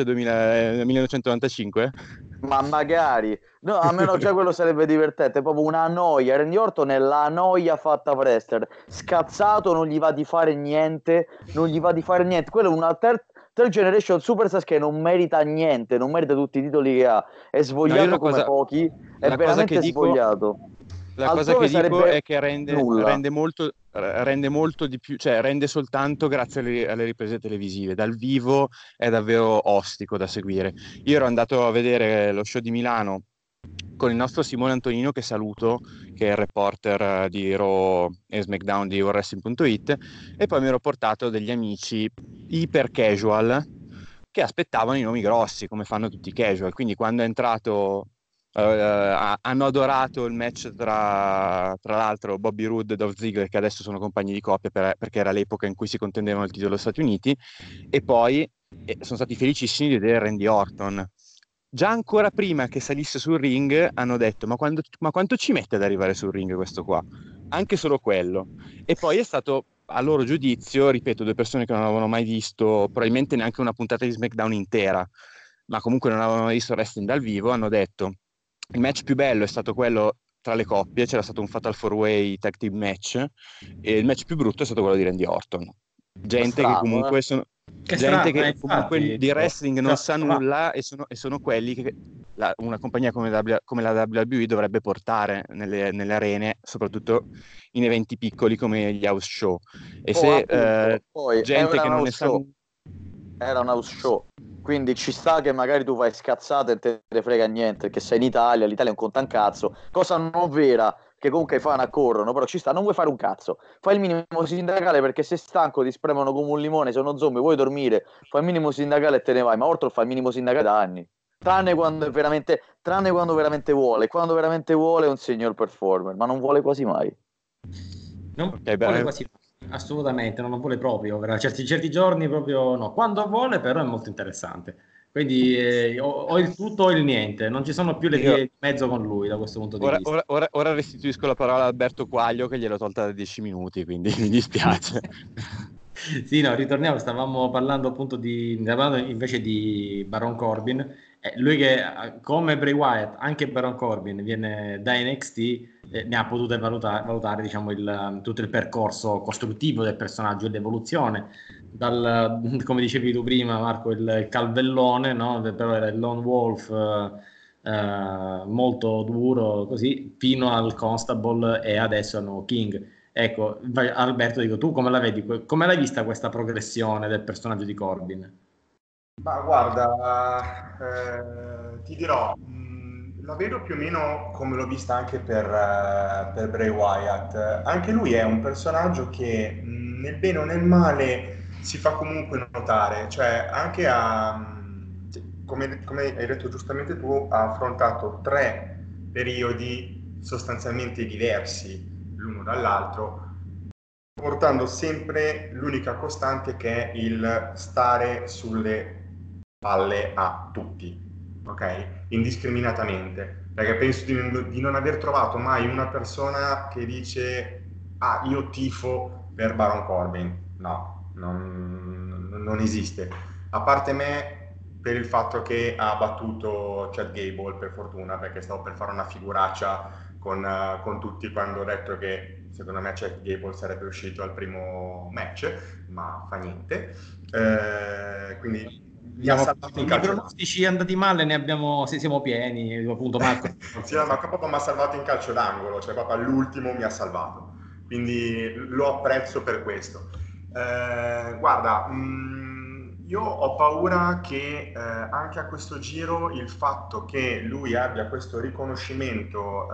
1995? Ma magari, no, almeno già quello sarebbe divertente. Proprio una noia. Randy Orton è la noia fatta wrestler, scazzato, non gli va di fare niente, quello è una third generation superstar che non merita niente, non merita tutti i titoli che ha, è svogliato come pochi, è veramente svogliato. La cosa che dico è che rende molto di più, cioè rende soltanto grazie alle riprese televisive. Dal vivo è davvero ostico da seguire. Io ero andato a vedere lo show di Milano con il nostro Simone Antonino, che saluto, che è il reporter di Raw e SmackDown di WrestleMania.it, e poi mi ero portato degli amici iper casual che aspettavano i nomi grossi, come fanno tutti i casual. Quindi quando è entrato hanno adorato il match tra l'altro Bobby Roode e Dolph Ziggler, che adesso sono compagni di coppia perché era l'epoca in cui si contendevano il titolo degli Stati Uniti, e poi sono stati felicissimi di vedere Randy Orton. già ancora prima che salisse sul ring hanno detto ma quanto ci mette ad arrivare sul ring questo qua? Anche solo quello. E poi è stato, a loro giudizio, ripeto, 2 persone che non avevano mai visto probabilmente neanche una puntata di SmackDown intera, ma comunque non avevano mai visto wrestling dal vivo, hanno detto il match più bello è stato quello tra le coppie, c'era stato un Fatal 4-Way Tag Team match, e il match più brutto è stato quello di Randy Orton. Gente che Strano, comunque sono... Che Gente strano, che comunque infatti, di wrestling non sa ma nulla e sono quelli che una compagnia come la WWE dovrebbe portare nelle arene, soprattutto in eventi piccoli come gli house show. E Poi se appunto, poi gente era che un non ne house sa show, era un house show, quindi ci sta che magari tu fai scazzate e te ne frega niente, perché sei in Italia, l'Italia è un conto un cazzo, cosa non vera, che comunque i fan accorrono, però ci sta, non vuoi fare un cazzo, fai il minimo sindacale perché sei stanco, ti spremono come un limone, sei uno zombie, vuoi dormire, fai il minimo sindacale e te ne vai, ma Orton fa il minimo sindacale da anni, tranne quando veramente vuole, quando veramente vuole è un signor performer, ma non vuole quasi mai. non Ok, vuole beh, quasi assolutamente, non vuole proprio, certi giorni proprio no. Quando vuole però è molto interessante. Quindi o il tutto o il niente, non ci sono più le io vie di mezzo con lui da questo punto di ora, vista. ora- ora- ora restituisco la parola a Alberto Quaglio che gliel'ho tolta da 10 minuti, quindi mi dispiace. Sì, no, ritorniamo, stavamo parlando appunto stavamo parlando invece di Baron Corbin. Lui che come Bray Wyatt, anche Baron Corbin viene da NXT, ne ha potuto valutare diciamo, tutto il percorso costruttivo del personaggio e l'evoluzione. Come dicevi tu prima, Marco, il calvellone, no? Però era il lone wolf molto duro, così, fino al Constable e adesso hanno King. Ecco, Alberto, dico, tu come la vedi? Come l'hai vista questa progressione del personaggio di Corbin? Ma guarda, ti dirò, la vedo più o meno come l'ho vista anche per Bray Wyatt. Anche lui è un personaggio che nel bene o nel male si fa comunque notare, cioè anche come hai detto giustamente tu, ha affrontato 3 periodi sostanzialmente diversi l'uno dall'altro, portando sempre l'unica costante che è il stare sulle palle a tutti, ok? Indiscriminatamente, perché penso di non aver trovato mai una persona che dice ah, io tifo per Baron Corbin. No, non esiste. A parte me, per il fatto che ha battuto Chad Gable, per fortuna, perché stavo per fare una figuraccia con tutti quando ho detto che secondo me Chad Gable sarebbe uscito al primo match, ma fa niente. Quindi mi ha salvato in I calcio d'angolo. pronostici andati male ne abbiamo, se siamo pieni, appunto Marco. Sì, ma proprio mi ha salvato in calcio d'angolo, cioè proprio all'ultimo mi ha salvato. Quindi lo apprezzo per questo. Guarda, io ho paura che anche a questo giro il fatto che lui abbia questo riconoscimento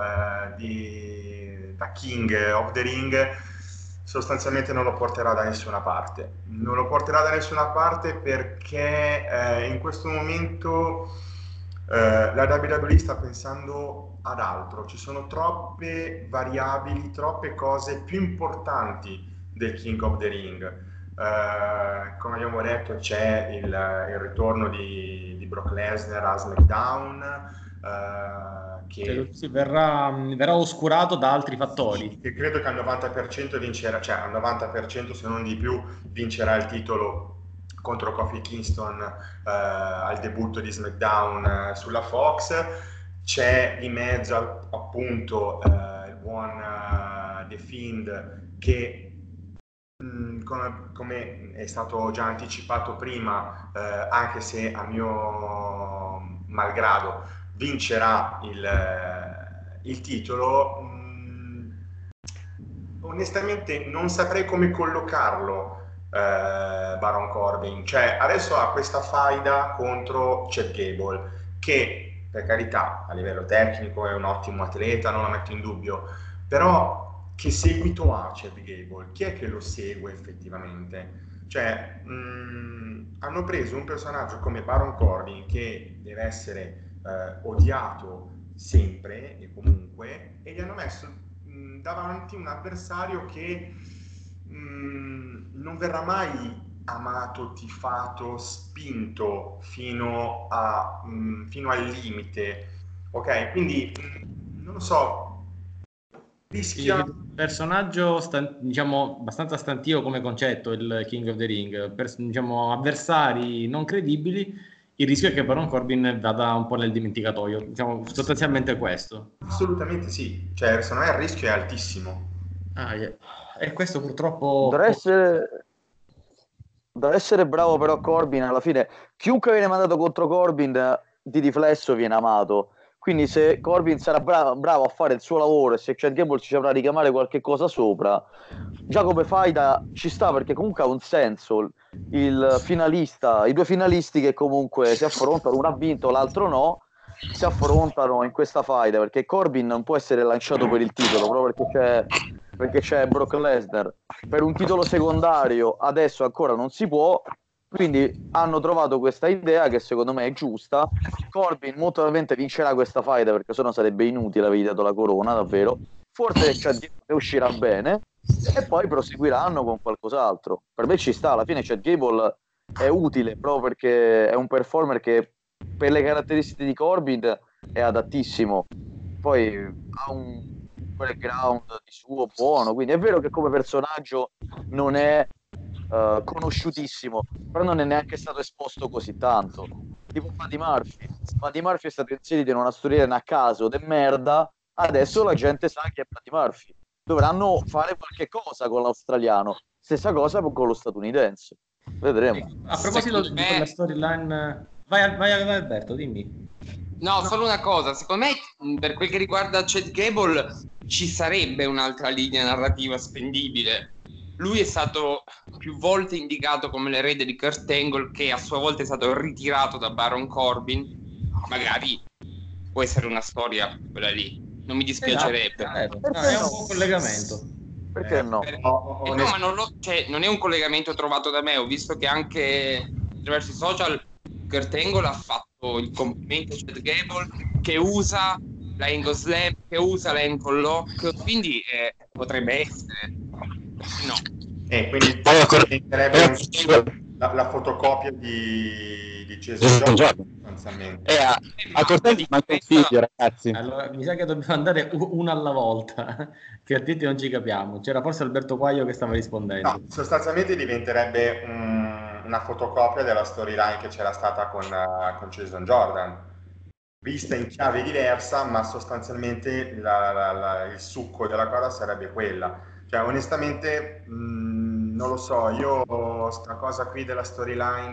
da King of the Ring sostanzialmente non lo porterà da nessuna parte. Non lo porterà da nessuna parte perché in questo momento la WWE sta pensando ad altro. Ci sono troppe variabili, troppe cose più importanti del King of the Ring. Come abbiamo detto, c'è il ritorno di Brock Lesnar a SmackDown, che Verrà oscurato da altri fattori. che credo che al 90% vincerà, cioè al 90% se non di più, vincerà il titolo contro Kofi Kingston al debutto di SmackDown sulla Fox. C'è di mezzo appunto il buon The Fiend che come è stato già anticipato prima, anche se a mio malgrado vincerà il titolo, onestamente non saprei come collocarlo Baron Corbin. Cioè adesso ha questa faida contro Chad Gable che per carità a livello tecnico è un ottimo atleta, non lo metto in dubbio, però che seguito ha Chad Gable? Chi è che lo segue effettivamente? Cioè hanno preso un personaggio come Baron Corbin che deve essere odiato sempre e comunque e gli hanno messo davanti un avversario che non verrà mai amato, tifato, spinto fino al limite, ok? Quindi non lo so, rischia... Personaggio diciamo abbastanza stantio come concetto, il King of the Ring, diciamo avversari non credibili. Il rischio è che Baron Corbin vada un po' nel dimenticatoio, diciamo sostanzialmente questo. Assolutamente sì, cioè secondo me il rischio è altissimo. E questo purtroppo deve essere bravo però Corbin, alla fine chiunque viene mandato contro Corbin di riflesso viene amato, quindi se Corbin sarà bravo a fare il suo lavoro e se Chad Gable ci saprà ricamare qualche cosa sopra, già come faida ci sta, perché comunque ha un senso i due finalisti che comunque si affrontano, uno ha vinto l'altro no, si affrontano in questa faida, perché Corbin non può essere lanciato per il titolo proprio perché c'è Brock Lesnar. Per un titolo secondario adesso ancora non si può, quindi hanno trovato questa idea che secondo me è giusta. Corbin molto probabilmente vincerà questa faida, perché sennò sarebbe inutile avergli dato la corona, davvero. Forse Chad Gable uscirà bene e poi proseguiranno con qualcos'altro. Per me ci sta, alla fine Chad Gable è utile proprio perché è un performer che per le caratteristiche di Corbin è adattissimo, poi ha un background di suo buono, quindi è vero che come personaggio non è conosciutissimo, però non è neanche stato esposto così tanto, tipo Buddy Murphy è stato inserito in una storyline a caso de merda, adesso la gente sa che è Buddy Murphy, dovranno fare qualche cosa con l'australiano, stessa cosa con lo statunitense, vedremo. A proposito di quella storyline, vai Alberto, dimmi. No, solo una cosa, secondo me per quel che riguarda Chad Gable ci sarebbe un'altra linea narrativa spendibile. Lui è stato più volte indicato come l'erede di Kurt Angle, che a sua volta è stato ritirato da Baron Corbin. Magari può essere una storia quella lì, non mi dispiacerebbe. È un buon collegamento. Perché no? No, ma non è un collegamento trovato da me, ho visto che anche attraverso i social Kurt Angle ha fatto il complimento a Chad Gable che usa la Angle Slam, che usa la Ankle Lock, quindi potrebbe essere quindi la fotocopia di Jason Jordan a Cortelli manca un figlio, ragazzi. Allora mi sa che dobbiamo andare una alla volta che a tutti non ci capiamo. C'era forse Alberto Quaglio che stava rispondendo. No, sostanzialmente diventerebbe una fotocopia della storyline che c'era stata con Jason Jordan, vista in chiave diversa, ma sostanzialmente il succo della cosa sarebbe quella. Cioè, onestamente, non lo so, io sta cosa qui della storyline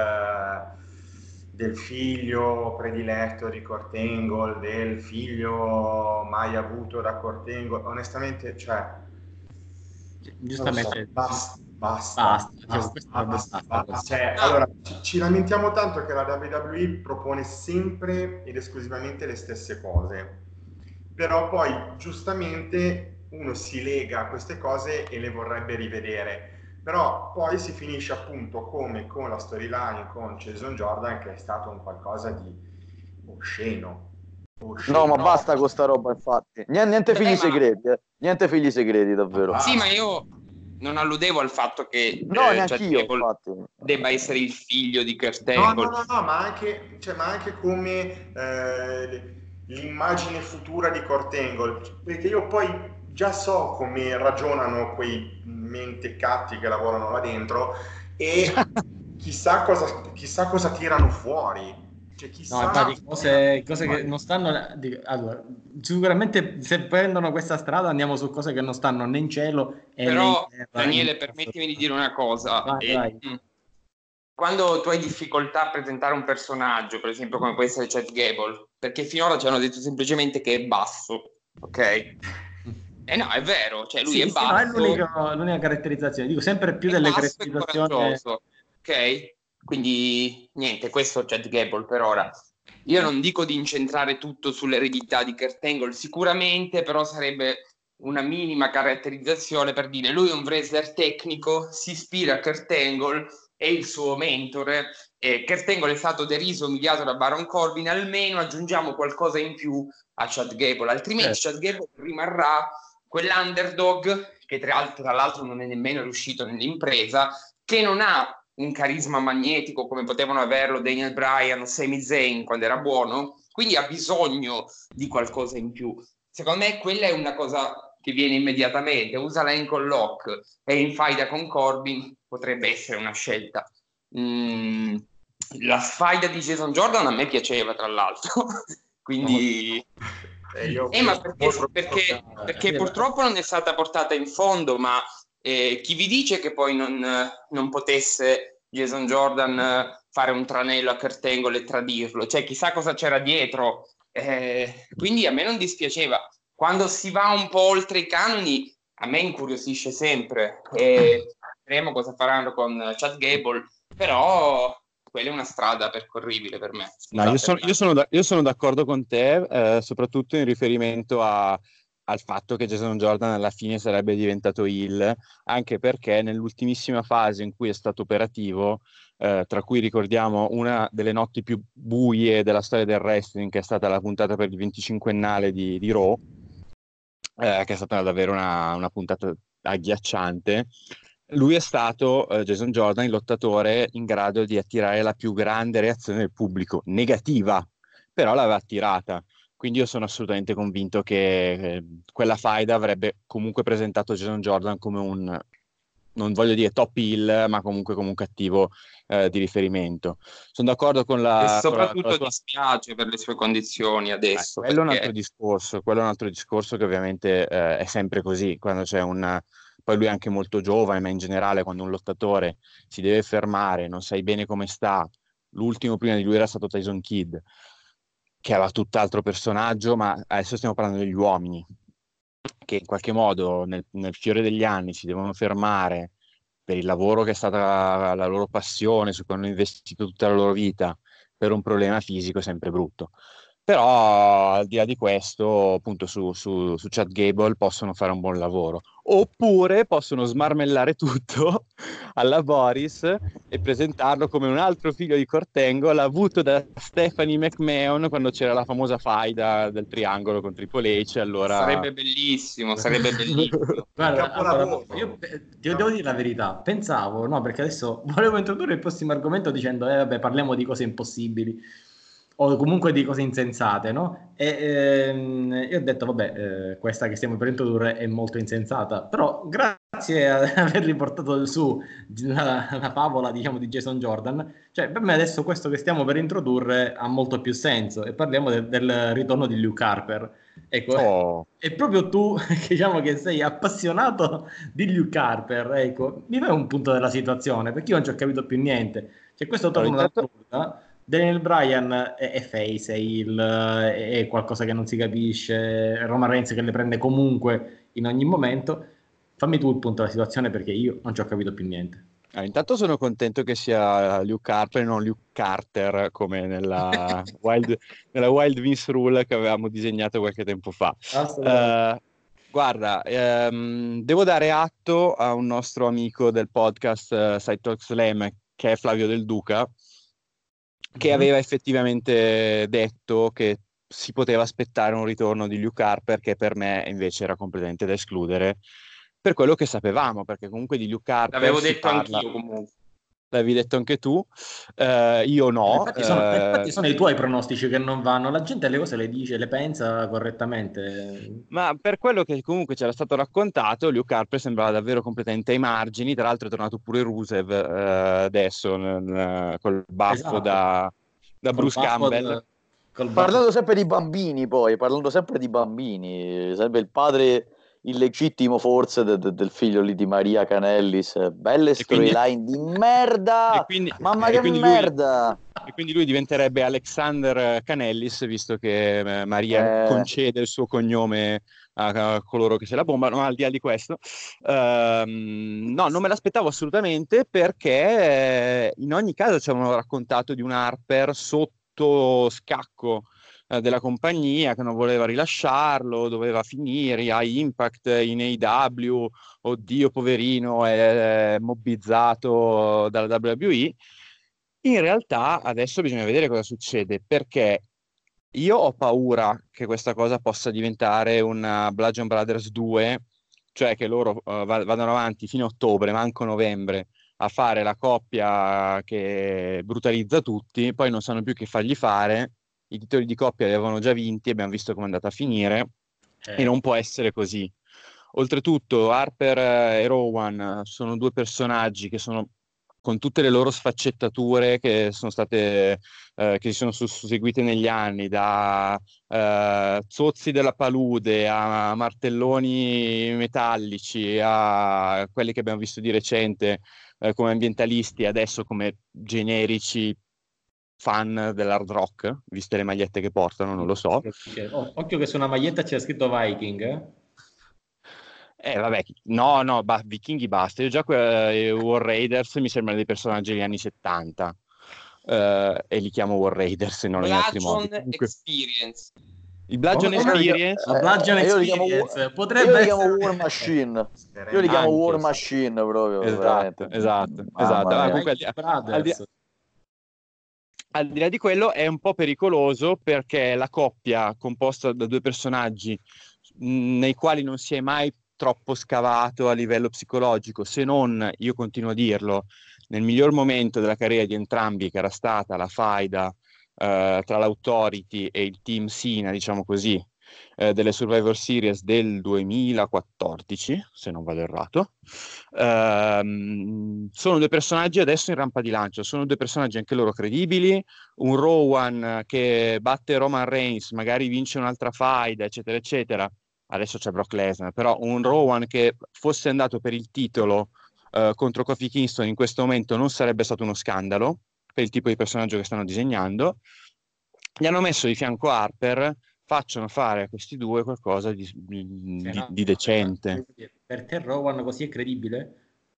del figlio prediletto di Kurt Angle, del figlio mai avuto da Kurt Angle, onestamente, cioè, giustamente, so, basta. Cioè, allora, ci lamentiamo tanto che la WWE propone sempre ed esclusivamente le stesse cose, però poi giustamente uno si lega a queste cose e le vorrebbe rivedere, però poi si finisce appunto come con la storyline con Jason Jordan, che è stato un qualcosa di osceno. No, ma basta con sta roba, infatti. Niente figli segreti, niente figli segreti, davvero. Sì, ma io non alludevo al fatto che neanch'io, debba essere il figlio di Kurt Angle. No, ma anche come l'immagine futura di Kurt Angle, perché io poi già so come ragionano quei mentecatti che lavorano là dentro e chissà cosa tirano fuori. Cioè, chissà... No, cose che non stanno. Allora, sicuramente se prendono questa strada andiamo su cose che non stanno né in cielo né però, in terra. Daniele, permettimi di dire una cosa. Vai. Quando tu hai difficoltà a presentare un personaggio, per esempio come può essere Chad Gable, perché finora ci hanno detto semplicemente che è basso, ok? No, è vero, cioè lui è basso. No, è l'unica caratterizzazione, dico sempre più delle caratterizzazioni. Ok? Quindi niente, questo è Chad Gable per ora. Io non dico di incentrare tutto sull'eredità di Kurt Angle, sicuramente, però sarebbe una minima caratterizzazione per dire lui è un wrestler tecnico, si ispira a Kurt Angle, è il suo mentore, Kurt Angle è stato deriso, umiliato da Baron Corbin, almeno aggiungiamo qualcosa in più a Chad Gable, altrimenti Chad Gable rimarrà quell'underdog che tra l'altro non è nemmeno riuscito nell'impresa, che non ha un carisma magnetico come potevano averlo Daniel Bryan o Sami Zayn quando era buono, quindi ha bisogno di qualcosa in più. Secondo me quella è una cosa che viene immediatamente. Usa l'ankle lock e in faida con Corbin potrebbe essere una scelta. La sfida di Jason Jordan a me piaceva, tra l'altro, quindi... ma perché purtroppo non è stata portata in fondo, ma chi vi dice che poi non potesse Jason Jordan fare un tranello a Kurt Angle e tradirlo? Cioè, chissà cosa c'era dietro. Quindi a me non dispiaceva. Quando si va un po' oltre i canoni, a me incuriosisce sempre. Vedremo cosa faranno con Chad Gable, però quella è una strada percorribile per me. No, io sono d'accordo con te, soprattutto in riferimento al fatto che Jason Jordan alla fine sarebbe diventato heel, anche perché nell'ultimissima fase in cui è stato operativo, tra cui ricordiamo una delle notti più buie della storia del wrestling, che è stata la puntata per il 25ennale di Raw, che è stata davvero una puntata agghiacciante. Lui è stato, Jason Jordan, il lottatore in grado di attirare la più grande reazione del pubblico, negativa, però l'aveva attirata. Quindi io sono assolutamente convinto che quella faida avrebbe comunque presentato Jason Jordan come un, non voglio dire top heel, ma comunque come un cattivo di riferimento. Sono d'accordo con la... E soprattutto con la tua... dispiace per le sue condizioni adesso. quello è un perché... altro discorso che ovviamente è sempre così, quando c'è un... Poi lui è anche molto giovane, ma in generale quando un lottatore si deve fermare, non sai bene come sta. L'ultimo prima di lui era stato Tyson Kidd, che aveva tutt'altro personaggio, ma adesso stiamo parlando degli uomini, che in qualche modo nel fiore degli anni si devono fermare per il lavoro che è stata la loro passione, su cui hanno investito tutta la loro vita, per un problema fisico è sempre brutto. Però al di là di questo, appunto su Chad Gable possono fare un buon lavoro, oppure possono smarmellare tutto alla Boris e presentarlo come un altro figlio di Kurt Angle avuto da Stephanie McMahon quando c'era la famosa faida del triangolo con Triple H. Allora sarebbe bellissimo. Guarda, io ti devo dire la verità, pensavo, no, perché adesso volevo introdurre il prossimo argomento dicendo, vabbè, parliamo di cose impossibili o comunque di cose insensate, no? Io ho detto, vabbè, questa che stiamo per introdurre è molto insensata, però grazie ad aver riportato su la favola, diciamo, di Jason Jordan, cioè per me adesso questo che stiamo per introdurre ha molto più senso e parliamo del ritorno di Luke Harper. Ecco, e proprio tu, diciamo che sei appassionato di Luke Harper, ecco, mi fai un punto della situazione, perché io non ci ho capito più niente. Cioè, questo torno da nulla. Daniel Bryan è face, è heel, è qualcosa che non si capisce, Roman Reigns che le prende comunque in ogni momento. Fammi tu il punto della situazione perché io non ci ho capito più niente. Intanto sono contento che sia Luke Harper e non Luke Carter come nella Wild Vince Rule che avevamo disegnato qualche tempo fa. Guarda, devo dare atto a un nostro amico del podcast Side Talk Slam, che è Flavio Del Duca, che aveva effettivamente detto che si poteva aspettare un ritorno di Luke Harper, che per me invece era completamente da escludere, per quello che sapevamo, perché comunque di Luke Harper l'avevo detto anch'io comunque. L'avevi detto anche tu, io no. Infatti sono i tuoi pronostici che non vanno, la gente le cose le dice, le pensa correttamente. Ma per quello che comunque c'era stato raccontato, Luke Harper sembrava davvero completamente ai margini, tra l'altro è tornato pure Rusev adesso col baffo, esatto, da Bruce Campbell. Parlando sempre di bambini poi, sempre il padre illegittimo forse del figlio lì di Maria Canellis, belle storyline di merda, mamma che merda. E quindi lui diventerebbe Alexander Canellis, visto che Maria concede il suo cognome a coloro che se la bombano, ma al di là di questo no, non me l'aspettavo assolutamente, perché in ogni caso ci avevano raccontato di un Harper sotto scacco della compagnia, che non voleva rilasciarlo, doveva finire a Impact, in AEW, oddio poverino, è mobbizzato dalla WWE. In realtà adesso bisogna vedere cosa succede, perché io ho paura che questa cosa possa diventare una Bludgeon Brothers 2, cioè che loro vadano avanti fino a ottobre, manco novembre, a fare la coppia che brutalizza tutti, poi non sanno più che fargli fare, i titoli di coppia li avevano già vinti, abbiamo visto come è andata a finire, e non può essere così. Oltretutto Harper e Rowan sono due personaggi che sono, con tutte le loro sfaccettature che sono state che si sono susseguite negli anni, da zozzi della palude a martelloni metallici a quelli che abbiamo visto di recente come ambientalisti, adesso come generici fan dell'hard rock, viste le magliette che portano, non lo so. Occhio che su una maglietta c'è scritto Viking, Vabbè, no, Vichinghi basta. Io già War Raiders mi sembrano dei personaggi degli anni 70 e li chiamo War Raiders e non in altri modi. Bludgeon Comunque, Experience. il Bludgeon Come? Experience, La Bludgeon io li chiamo, Experience potrebbe io li chiamo essere War Machine. Io li chiamo Anche, War sì. Machine proprio, esatto, veramente. esatto. Mamma Ah, mia. comunque, Anche Brothers. al di là di quello è un po' pericoloso perché la coppia composta da due personaggi nei quali non si è mai troppo scavato a livello psicologico, se non, io continuo a dirlo, nel miglior momento della carriera di entrambi, che era stata la faida tra l'Authority e il team Sina, diciamo così, delle Survivor Series del 2014, se non vado errato. Sono due personaggi adesso in rampa di lancio, sono due personaggi anche loro credibili, un Rowan che batte Roman Reigns, magari vince un'altra faida, eccetera, eccetera. Adesso c'è Brock Lesnar, però un Rowan che fosse andato per il titolo contro Kofi Kingston in questo momento non sarebbe stato uno scandalo per il tipo di personaggio che stanno disegnando. Gli hanno messo di fianco Harper, facciano fare a questi due qualcosa di decente. Per te Rowan così è credibile?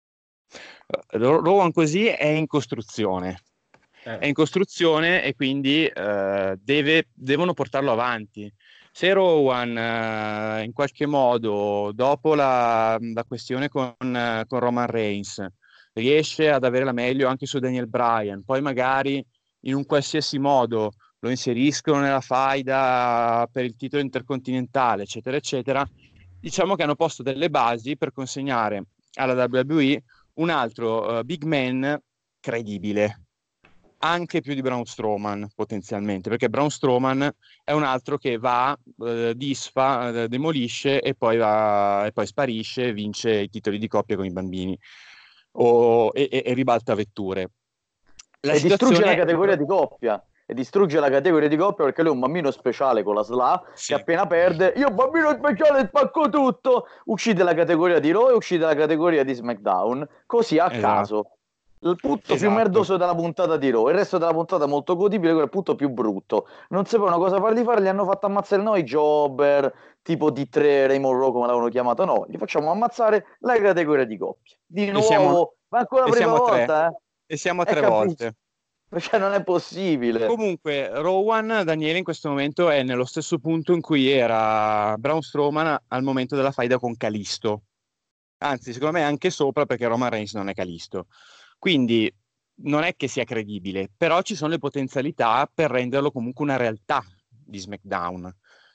Rowan così è in costruzione. È in costruzione e quindi devono portarlo avanti. Se Rowan in qualche modo, dopo la questione con Roman Reigns, riesce ad avere la meglio anche su Daniel Bryan, poi magari in un qualsiasi modo lo inseriscono nella faida per il titolo intercontinentale, eccetera, eccetera, diciamo che hanno posto delle basi per consegnare alla WWE un altro big man credibile, anche più di Braun Strowman potenzialmente, perché Braun Strowman è un altro che va, disfa, demolisce e poi sparisce, vince i titoli di coppia con i bambini e ribalta vetture. E distrugge la categoria di coppia. E distrugge la categoria di coppia perché lui è un bambino speciale con la SLA sì, che appena perde, io bambino speciale spacco tutto, uccide la categoria di Raw e uccide la categoria di SmackDown, così a caso. Il punto più merdoso della puntata di Raw, il resto della puntata molto godibile, quello è il punto più brutto. Non sapevano cosa fargli fare, gli hanno fatto ammazzare noi Jobber, tipo D3, Raymond Raw come l'avevano chiamato, no, gli facciamo ammazzare la categoria di coppia. Di nuovo, ma ancora la prima volta, E siamo a 3 volte. Perché non è possibile. Comunque, Rowan, Daniele, in questo momento è nello stesso punto in cui era Braun Strowman al momento della faida con Kalisto. Anzi, secondo me anche sopra, perché Roman Reigns non è Kalisto. Quindi non è che sia credibile, però ci sono le potenzialità per renderlo comunque una realtà di SmackDown.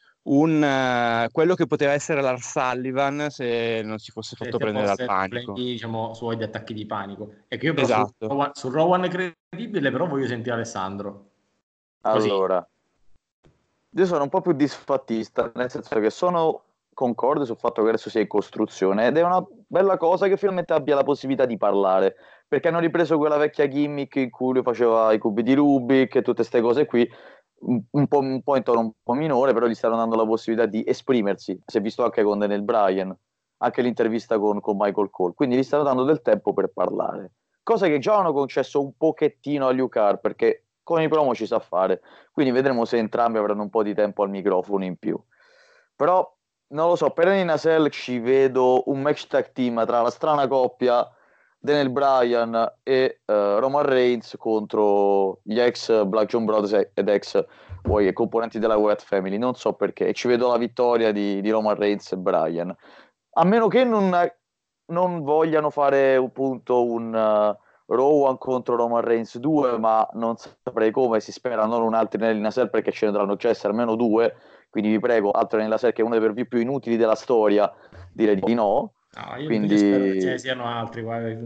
Quello che poteva essere Lars Sullivan se non si fosse fatto prendere dal panico. Diciamo, suoi di attacchi di panico. E che io però Esatto. su Rowan è credibile, però voglio sentire Alessandro. Così. Allora, io sono un po' più disfattista, nel senso che sono concorde sul fatto che adesso sia in costruzione ed è una bella cosa che finalmente abbia la possibilità di parlare, perché hanno ripreso quella vecchia gimmick in cui lui faceva i cubi di Rubik e tutte queste cose qui, un po' in tono un po' minore, però gli stanno dando la possibilità di esprimersi. Si è visto anche con Daniel Bryan, anche l'intervista con Michael Cole, quindi gli stanno dando del tempo per parlare, cosa che già hanno concesso un pochettino a Luke Harper, perché con i promo ci sa fare, quindi vedremo se entrambi avranno un po' di tempo al microfono in più. Però non lo so, per Hell in a Cell ci vedo un match tag team tra la strana coppia Daniel Bryan e Roman Reigns contro gli ex Black John Brothers ed ex componenti della Wyatt Family. Non so perché, e ci vedo la vittoria di Roman Reigns e Bryan, a meno che non vogliano fare un Rowan contro Roman Reigns 2, ma non saprei come. Si spera non un altro Hell in a Cell, perché ce ne dovranno già essere almeno 2, quindi vi prego, altro nella serie che è uno dei per più inutili della storia, direi di no. No, io Quindi spero che ce ne siano altri.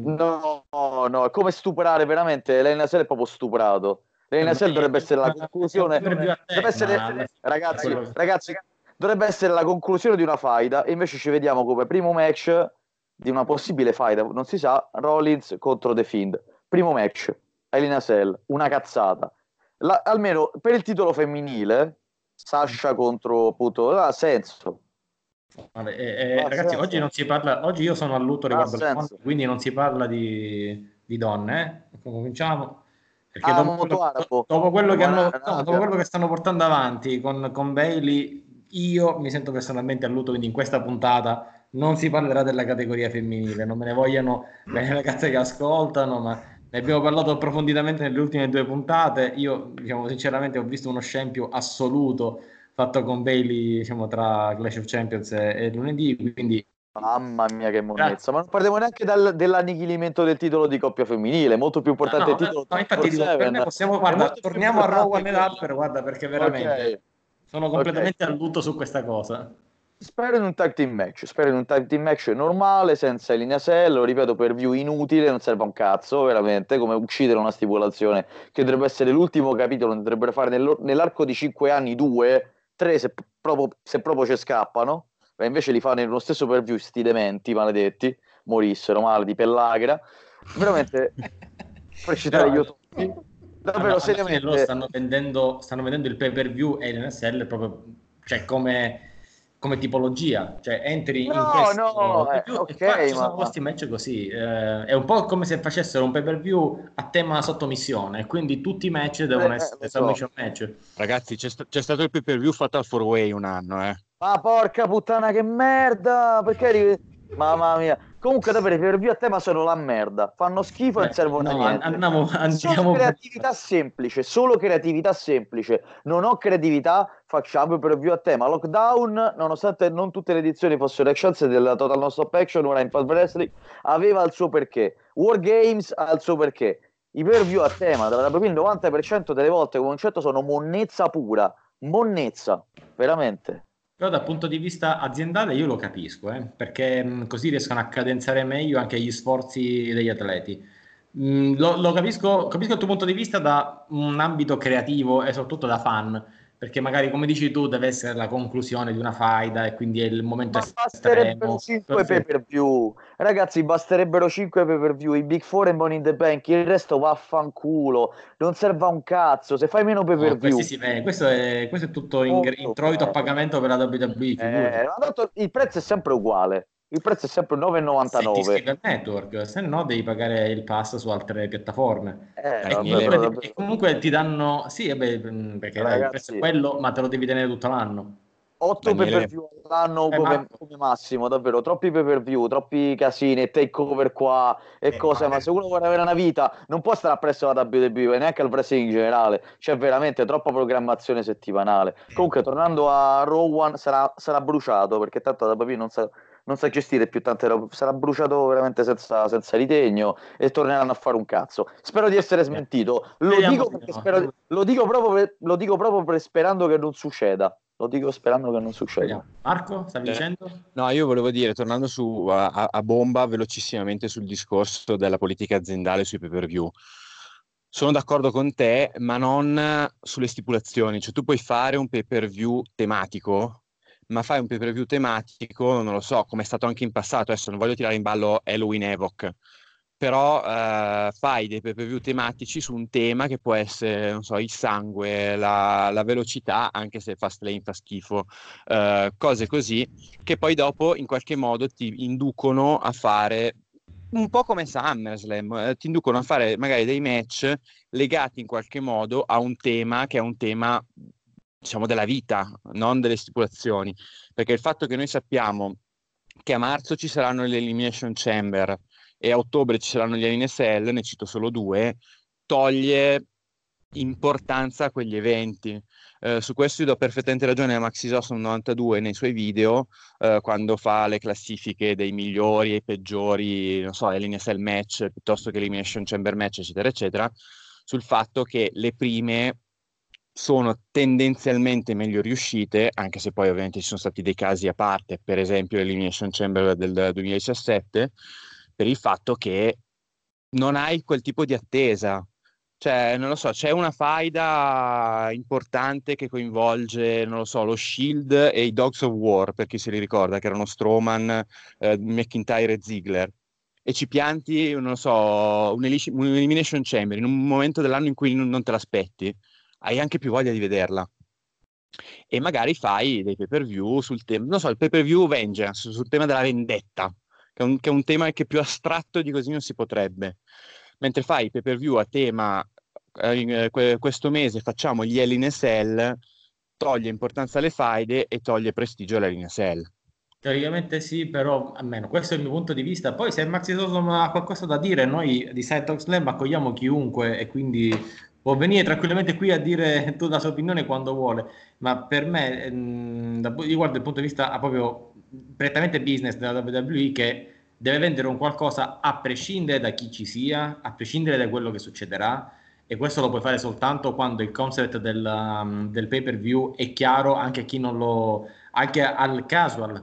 no, è come stuprare veramente. L'NSL è proprio stuprato. L'NSL dovrebbe essere la È un conclusione. pay-per-view a Dovrebbe tema, alla essere, fine, è ragazzi, dovrebbe essere la conclusione di una faida. E invece ci vediamo come primo match di una possibile faida. Non si sa, Rollins contro The Fiend. Primo match, l'NSL, una cazzata. Almeno per il titolo femminile, Sasha contro appunto, ha senso. Vabbè, Ha ragazzi, oggi senso. non si parla, oggi io sono a lutto Ha riguardo le donne, senso. quindi non si parla di donne, Cominciamo, perché Ah, molto arabo. dopo quello che Ma hanno, no, dopo rabbia. quello che stanno portando avanti con Bailey, io mi sento personalmente a lutto, quindi in questa puntata non si parlerà della categoria femminile, non me ne vogliano le ragazze che ascoltano, ma ne abbiamo parlato approfonditamente nelle ultime 2 puntate. Io, diciamo, sinceramente ho visto uno scempio assoluto fatto con Bailey, diciamo, tra Clash of Champions e lunedì, quindi Mamma mia, che grazie. monnezza. Ma non parliamo neanche dell'annichilimento del titolo di coppia femminile. Molto più importante il titolo No, infatti dico, per me 24/7. possiamo, È guarda, molto più torniamo a Raw importante One and quello. Upper, guarda, perché Ok, veramente sono ok. completamente a lutto su questa cosa. Spero in un tag team match. Spero in un tag team match normale, senza Elignasel. Lo ripeto, per view inutile, non serve a un cazzo, veramente. Come uccidere una stipulazione che dovrebbe essere l'ultimo capitolo. Ne dovrebbero fare nell'arco di 5 anni, 2, 3, se proprio ci scappano. E invece li fanno nello stesso per view, sti dementi maledetti. Morissero male di pellagra. Veramente, per citare Però io tutti. Davvero, alla fine loro seriamente. stanno vendendo il pay-per-view e l'NSL proprio, cioè, come tipologia, cioè entri in No, questo no, pay-per-view e ok, qua ci sono ma. questi match così. È un po' come se facessero un pay-per-view a tema sottomissione, e quindi tutti i match devono essere Lo so. submission match. Ragazzi, c'è stato il pay-per-view fatto al 4-way un anno, eh. Ma porca puttana, che merda! Perché Mamma mia. Comunque, davvero, i pay-per-view a tema sono la merda. Fanno schifo e non servono a No, niente. Solo andiamo per... creatività semplice, solo creatività semplice. Non ho creatività, facciamo i pay-per-view a tema. Lockdown, nonostante non tutte le edizioni fossero action della Total Non Stop Action, ora Impact Wrestling, aveva il suo perché. War Games ha il suo perché. I pay-per-view a tema, proprio il 90% delle volte come concetto sono monnezza pura. Monnezza, veramente. Però dal punto di vista aziendale io lo capisco, perché così riescono a cadenzare meglio anche gli sforzi degli atleti. Lo capisco il tuo punto di vista da un ambito creativo e soprattutto da fan, perché magari, come dici tu, deve essere la conclusione di una faida e quindi è il momento Ma basterebbero estremo. 5 pay per view. Ragazzi, basterebbero 5 pay per view. I Big Four e Money in the Bank. Il resto vaffanculo. Non serve a un cazzo. Se fai meno pay per No, questi view, si vede. Questo è tutto molto introito a bene. pagamento per la WWE, figurati. Ma tanto il prezzo è sempre uguale. Il prezzo è sempre Se ti 9,99. iscrivi al network, se no devi pagare il pass su altre piattaforme. Dai, Vabbè, Nile, però E davvero. comunque ti danno, sì, vabbè, perché dai, il prezzo è Ragazzi, quello, ma te lo devi tenere tutto l'anno. 8 pay per Daniele, view all'anno come, Marco, come massimo, davvero. Troppi pay per view, troppi casini, e takeover qua e cose. Ma se uno vuole avere una vita, non può stare appresso alla WWE, neanche al wrestling in generale. C'è veramente troppa programmazione settimanale. Comunque, tornando a Rowan, sarà bruciato perché tanto la WWE non sa gestire più tante robe. Sarà bruciato veramente senza ritegno e torneranno a fare un cazzo. Spero di essere smentito. Lo vediamo dico se perché no. lo dico proprio sperando che non succeda. Lo dico sperando che non succeda. Vediamo. Marco, stavi dicendo? no, io volevo dire, tornando a bomba velocissimamente sul discorso della politica aziendale sui pay-per-view. Sono d'accordo con te, ma non sulle stipulazioni. Cioè, tu puoi fare un pay-per-view tematico, ma fai un pay-per-view tematico, non lo so, come è stato anche in passato. Adesso non voglio tirare in ballo Halloween Evoc, però fai dei pay-per-view tematici su un tema che può essere, non so, il sangue, la velocità, anche se Fastlane fa schifo, cose così, che poi dopo in qualche modo ti inducono a fare un po' come SummerSlam, ti inducono a fare magari dei match legati in qualche modo a un tema che è un tema, diciamo, della vita, non delle stipulazioni, perché il fatto che noi sappiamo che a marzo ci saranno le Elimination Chamber e a ottobre ci saranno gli NSL, ne cito solo due, toglie importanza a quegli eventi. Su questo io do perfettamente ragione a Maxisoson92 nei suoi video, quando fa le classifiche dei migliori e peggiori, non so, l'NSL match piuttosto che l'Elimination Chamber match, eccetera, eccetera, sul fatto che le prime sono tendenzialmente meglio riuscite, anche se poi ovviamente ci sono stati dei casi a parte, per esempio l'Elimination Chamber del 2017, per il fatto che non hai quel tipo di attesa. Cioè, non lo so, c'è una faida importante che coinvolge, non lo so, lo Shield e i Dogs of War, per chi se li ricorda, che erano Strowman, McIntyre e Ziggler. E ci pianti, non lo so, un Elimination Chamber in un momento dell'anno in cui non te l'aspetti, hai anche più voglia di vederla. E magari fai dei pay-per-view sul tema, non so, il pay-per-view Vengeance, sul tema della vendetta, che è un tema che è più astratto di così non si potrebbe. Mentre fai i pay-per-view a tema, questo mese facciamo gli Hell in a Cell, toglie importanza alle faide e toglie prestigio alle Hell in a Cell. Teoricamente sì, però almeno questo è il mio punto di vista. Poi se Maxi Sosom ha qualcosa da dire, noi di Side Talk Slam accogliamo chiunque e quindi può venire tranquillamente qui a dire tutta la sua opinione quando vuole. Ma per me, io guardo il punto di vista proprio prettamente business della WWE, che deve vendere un qualcosa a prescindere da chi ci sia, a prescindere da quello che succederà. E questo lo puoi fare soltanto quando il concept del pay-per-view è chiaro anche a chi non lo, anche al casual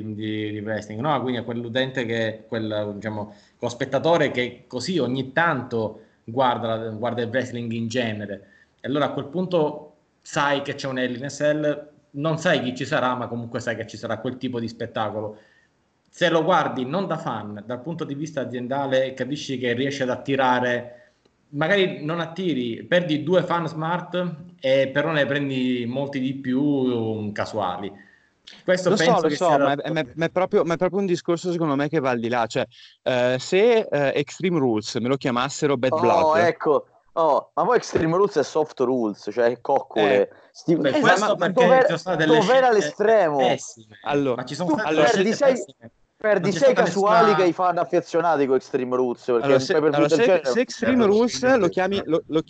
di wrestling, no? Quindi a quell'utente diciamo, quello spettatore che così ogni tanto guarda il wrestling in genere. E allora a quel punto sai che c'è un Hell in a Cell, non sai chi ci sarà, ma comunque sai che ci sarà quel tipo di spettacolo. Se lo guardi non da fan, dal punto di vista aziendale, capisci che riesce ad attirare, magari non attiri, perdi 2 fan smart, però ne prendi molti di più casuali. Questo Lo penso che so, sia ma è proprio un discorso secondo me che va al di là. Cioè, se Extreme Rules me lo chiamassero Bad Blood... ecco. Oh, ma poi Extreme Rules è soft rules, cioè coccole. Beh, questo perché ci sono state delle dov'era scelte l'estremo? pessime. Allora, Ma ci sono state allora, delle scelte pessime. Perdi Non c'è sei stata casuali nessuna... che i fan affezionati con Extreme Rules, perché allora, un pay-per-view del se genere Extreme Rules lo chiami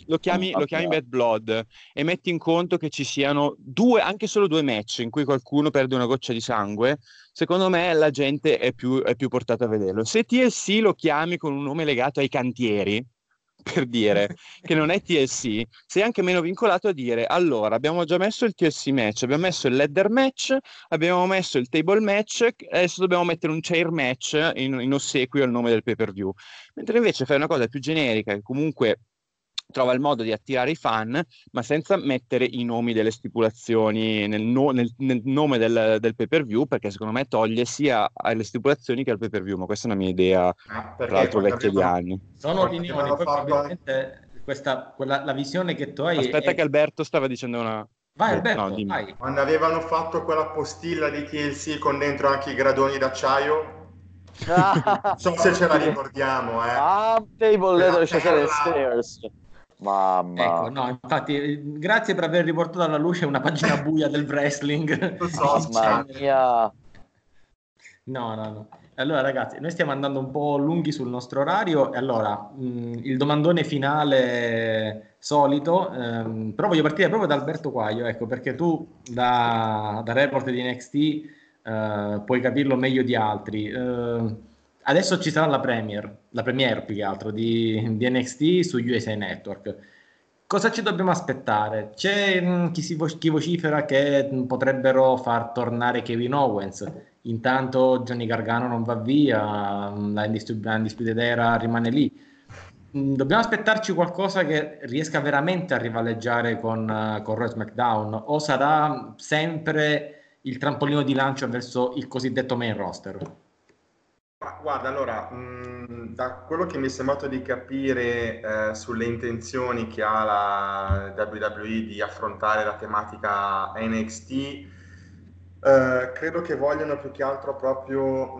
vabbè. Bad Blood e metti in conto che ci siano anche solo 2 match in cui qualcuno perde una goccia di sangue, secondo me la gente è più portata a vederlo. Se TLC lo chiami con un nome legato ai cantieri, per dire che non è TLC, sei anche meno vincolato a dire allora abbiamo già messo il TLC match, abbiamo messo il ladder match, abbiamo messo il table match, adesso dobbiamo mettere un chair match in ossequio al nome del pay-per-view. Mentre invece fai una cosa più generica che comunque trova il modo di attirare i fan, ma senza mettere i nomi delle stipulazioni nel nome del pay-per-view, perché secondo me toglie sia alle stipulazioni che al pay-per-view, ma questa è una mia idea, tra l'altro vecchia di anni. Sono opinioni, poi probabilmente la visione che tu hai... Aspetta che Alberto stava dicendo una... Vai Alberto, no, vai. Quando avevano fatto quella postilla di TLC con dentro anche i gradoni d'acciaio, non so se ce la ricordiamo, Table Leather Stairs. Mamma. Ecco, no, infatti, grazie per aver riportato alla luce una pagina buia del wrestling. Mamma mia. No. Allora, ragazzi, noi stiamo andando un po' lunghi sul nostro orario. E allora, il domandone finale solito, però voglio partire proprio da Alberto Quaglio, ecco, perché tu da report di NXT puoi capirlo meglio di altri. Adesso ci sarà la premiere più che altro di NXT su USA Network. Cosa ci dobbiamo aspettare? C'è chi vocifera che potrebbero far tornare Kevin Owens. Intanto Johnny Gargano non va via, la Undisputed Era rimane lì. Dobbiamo aspettarci qualcosa che riesca veramente a rivaleggiare con Raw SmackDown, o sarà sempre il trampolino di lancio verso il cosiddetto main roster? Guarda, allora, da quello che mi è sembrato di capire sulle intenzioni che ha la WWE di affrontare la tematica NXT, credo che vogliano più che altro proprio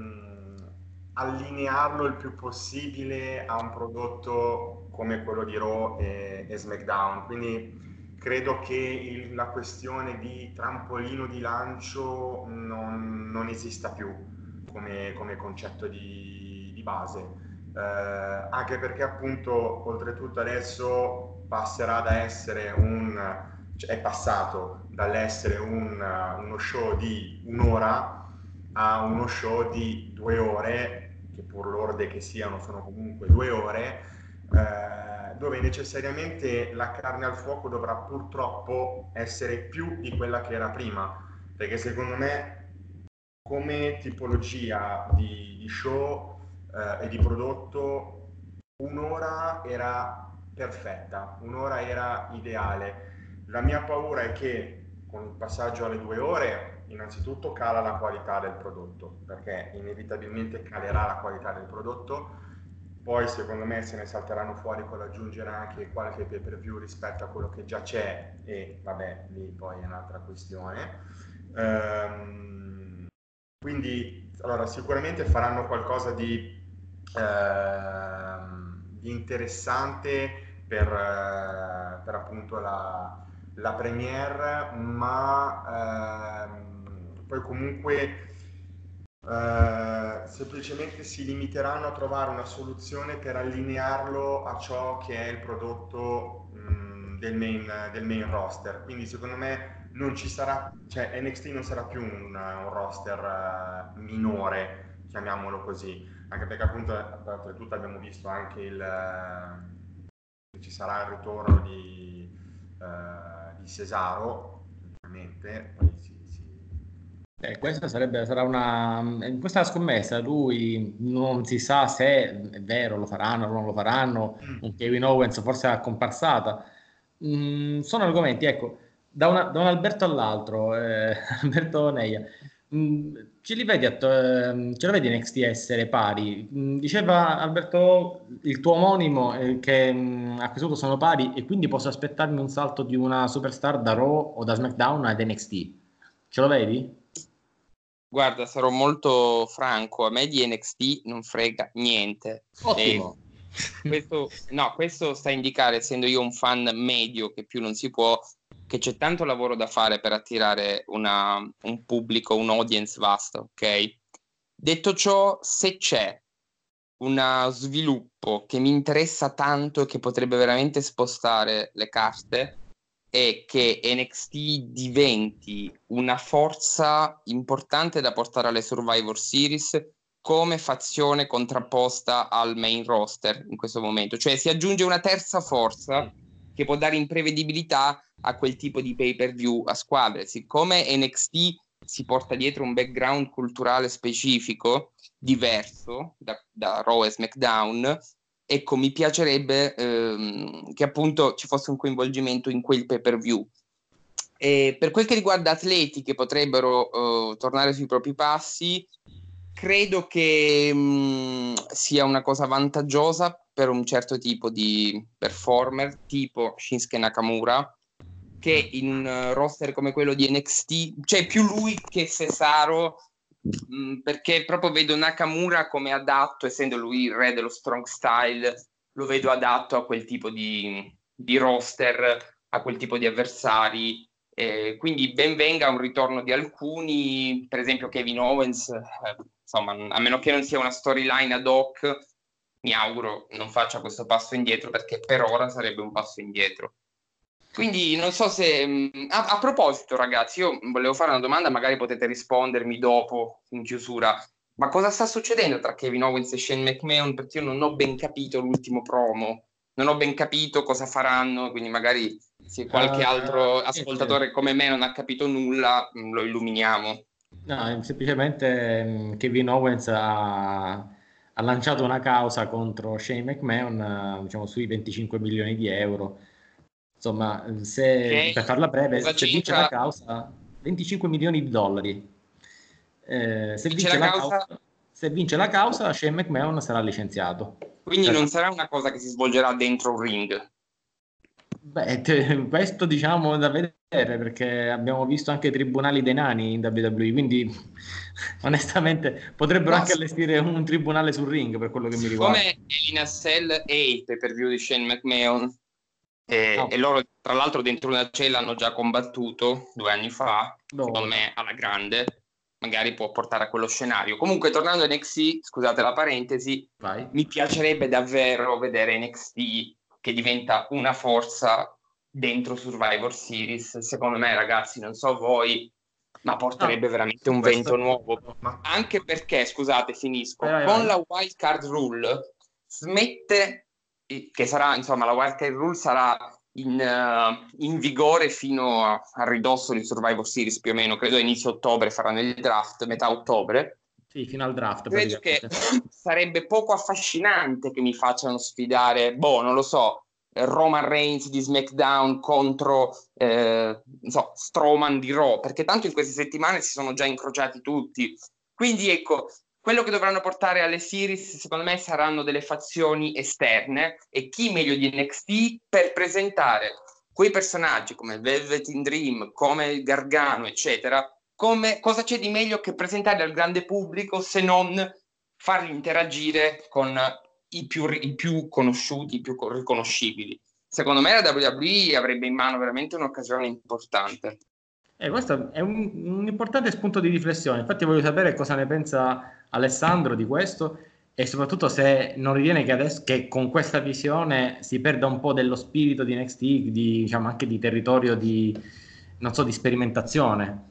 allinearlo il più possibile a un prodotto come quello di Raw e SmackDown. Quindi credo che la questione di trampolino di lancio non esista più come concetto di base, anche perché appunto oltretutto adesso passerà da essere è passato dall'essere uno show di 1 ora a uno show di 2 ore, che pur lorde che siano sono comunque 2 ore, dove necessariamente la carne al fuoco dovrà purtroppo essere più di quella che era prima, perché secondo me come tipologia di show e di prodotto un'ora era perfetta, un'ora era ideale. La mia paura è che con il passaggio alle 2 ore innanzitutto cala la qualità del prodotto, perché inevitabilmente calerà la qualità del prodotto. Poi secondo me se ne salteranno fuori con l'aggiungere anche qualche pay per view rispetto a quello che già c'è, e vabbè, lì poi è un'altra questione. Quindi allora, sicuramente faranno qualcosa di interessante per appunto la premiere, ma poi comunque semplicemente si limiteranno a trovare una soluzione per allinearlo a ciò che è il prodotto del main roster. Quindi secondo me non ci sarà, cioè NXT non sarà più un roster minore, chiamiamolo così, anche perché appunto oltretutto abbiamo visto anche che ci sarà il ritorno di Cesaro, ovviamente. Questa sarà questa scommessa, lui non si sa se è vero, lo faranno o non lo faranno, un Kevin Owens forse a comparsata. Sono argomenti, ecco, da un Alberto all'altro, Alberto Neia, ce li vedi ce la vedi NXT essere pari? Diceva Alberto, il tuo omonimo, che a questo punto sono pari e quindi posso aspettarmi un salto di una superstar da Raw o da SmackDown ad NXT. Ce lo vedi? Guarda, sarò molto franco, a me di NXT non frega niente. Ottimo. Questo sta a indicare, essendo io un fan medio che più non si può, che c'è tanto lavoro da fare per attirare un pubblico, un audience vasto, ok? Detto ciò, se c'è uno sviluppo che mi interessa tanto e che potrebbe veramente spostare le carte, è che NXT diventi una forza importante da portare alle Survivor Series come fazione contrapposta al main roster in questo momento. Cioè si aggiunge una terza forza che può dare imprevedibilità a quel tipo di pay-per-view a squadre. Siccome NXT si porta dietro un background culturale specifico, diverso da Raw e SmackDown, ecco, mi piacerebbe che appunto ci fosse un coinvolgimento in quel pay-per-view. E per quel che riguarda atleti che potrebbero tornare sui propri passi, credo che sia una cosa vantaggiosa per un certo tipo di performer, tipo Shinsuke Nakamura, che in un roster come quello di NXT, cioè più lui che Cesaro, perché proprio vedo Nakamura come adatto, essendo lui il re dello strong style, lo vedo adatto a quel tipo di roster, a quel tipo di avversari. Quindi ben venga un ritorno di alcuni, per esempio Kevin Owens, insomma, a meno che non sia una storyline ad hoc, mi auguro non faccia questo passo indietro, perché per ora sarebbe un passo indietro. Quindi non so se... A proposito, ragazzi, io volevo fare una domanda, magari potete rispondermi dopo, in chiusura. Ma cosa sta succedendo tra Kevin Owens e Shane McMahon? Perché io non ho ben capito l'ultimo promo, non ho ben capito cosa faranno, quindi magari se qualche altro ascoltatore come me non ha capito nulla, lo illuminiamo. No, semplicemente Kevin Owens ha lanciato una causa contro Shane McMahon, diciamo, sui 25 milioni di euro. Insomma, per farla breve, se vince la causa, 25 milioni di dollari. Se vince la causa, Shane McMahon sarà licenziato. Quindi non sarà una cosa che si svolgerà dentro un ring? Beh, questo diciamo da vedere, perché abbiamo visto anche i tribunali dei nani in WWE, quindi onestamente potrebbero anche allestire un tribunale sul ring, per quello che mi riguarda. Come Elina Cell e il pay-per-view di Shane McMahon, e loro tra l'altro dentro una cella hanno già combattuto 2 anni fa, secondo me alla grande, magari può portare a quello scenario. Comunque, tornando a NXT, scusate la parentesi, mi piacerebbe davvero vedere NXT che diventa una forza dentro Survivor Series. Secondo me, ragazzi, non so voi, ma porterebbe veramente un vento nuovo. Anche perché, scusate, finisco, con la wild card rule smette che sarà, insomma, la Wildcard Rule sarà in vigore fino al ridosso di Survivor Series, più o meno, credo a inizio ottobre faranno il draft, metà ottobre. Sì, fino al draft. Credo che sarebbe poco affascinante che mi facciano sfidare, non lo so, Roman Reigns di SmackDown contro Strowman di Raw, perché tanto in queste settimane si sono già incrociati tutti. Quindi ecco, quello che dovranno portare alle series secondo me saranno delle fazioni esterne, e chi meglio di NXT per presentare quei personaggi come Velvet in Dream, come Gargano, eccetera. Cosa c'è di meglio che presentare al grande pubblico se non farli interagire con i più conosciuti, i più riconoscibili? Secondo me la WWE avrebbe in mano veramente un'occasione importante. Questo è un importante spunto di riflessione. Infatti voglio sapere cosa ne pensa Alessandro di questo, e soprattutto se non ritiene che adesso, che con questa visione si perda un po' dello spirito di NXT, diciamo anche di territorio di, non so, di sperimentazione.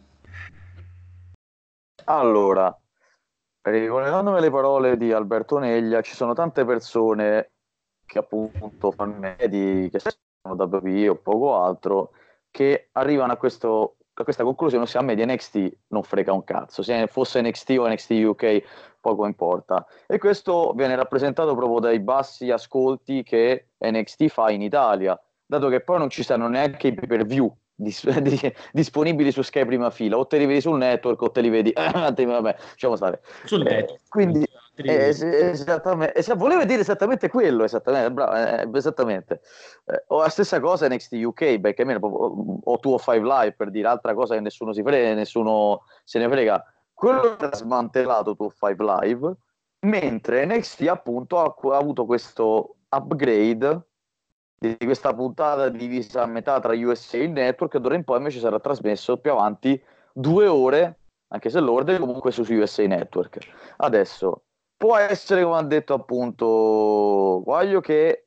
Allora, ricollegandomi alle parole di Alberto Neglia, ci sono tante persone che appunto fanno medi, che sono da WWE o poco altro, che arrivano a questa conclusione, ossia a me di NXT non frega un cazzo, se fosse NXT o NXT UK poco importa, e questo viene rappresentato proprio dai bassi ascolti che NXT fa in Italia, dato che poi non ci stanno neanche i pay-per-view disponibili su Sky prima fila, o te li vedi sul network o te li vedi vabbè, lasciamo stare Sul network. quindi esattamente, volevo dire esattamente quello, esattamente, bravo, esattamente. O la stessa cosa NXT UK, perché almeno o 205 Live, per dire altra cosa che nessuno nessuno se ne frega, quello che ha smantellato 205 Live, mentre NXT appunto ha avuto questo upgrade di questa puntata divisa a metà tra USA e Network, e d'ora in poi invece sarà trasmesso più avanti 2 ore, anche se l'ordine comunque su USA Network. Adesso può essere, come ha detto appunto Guaglio, che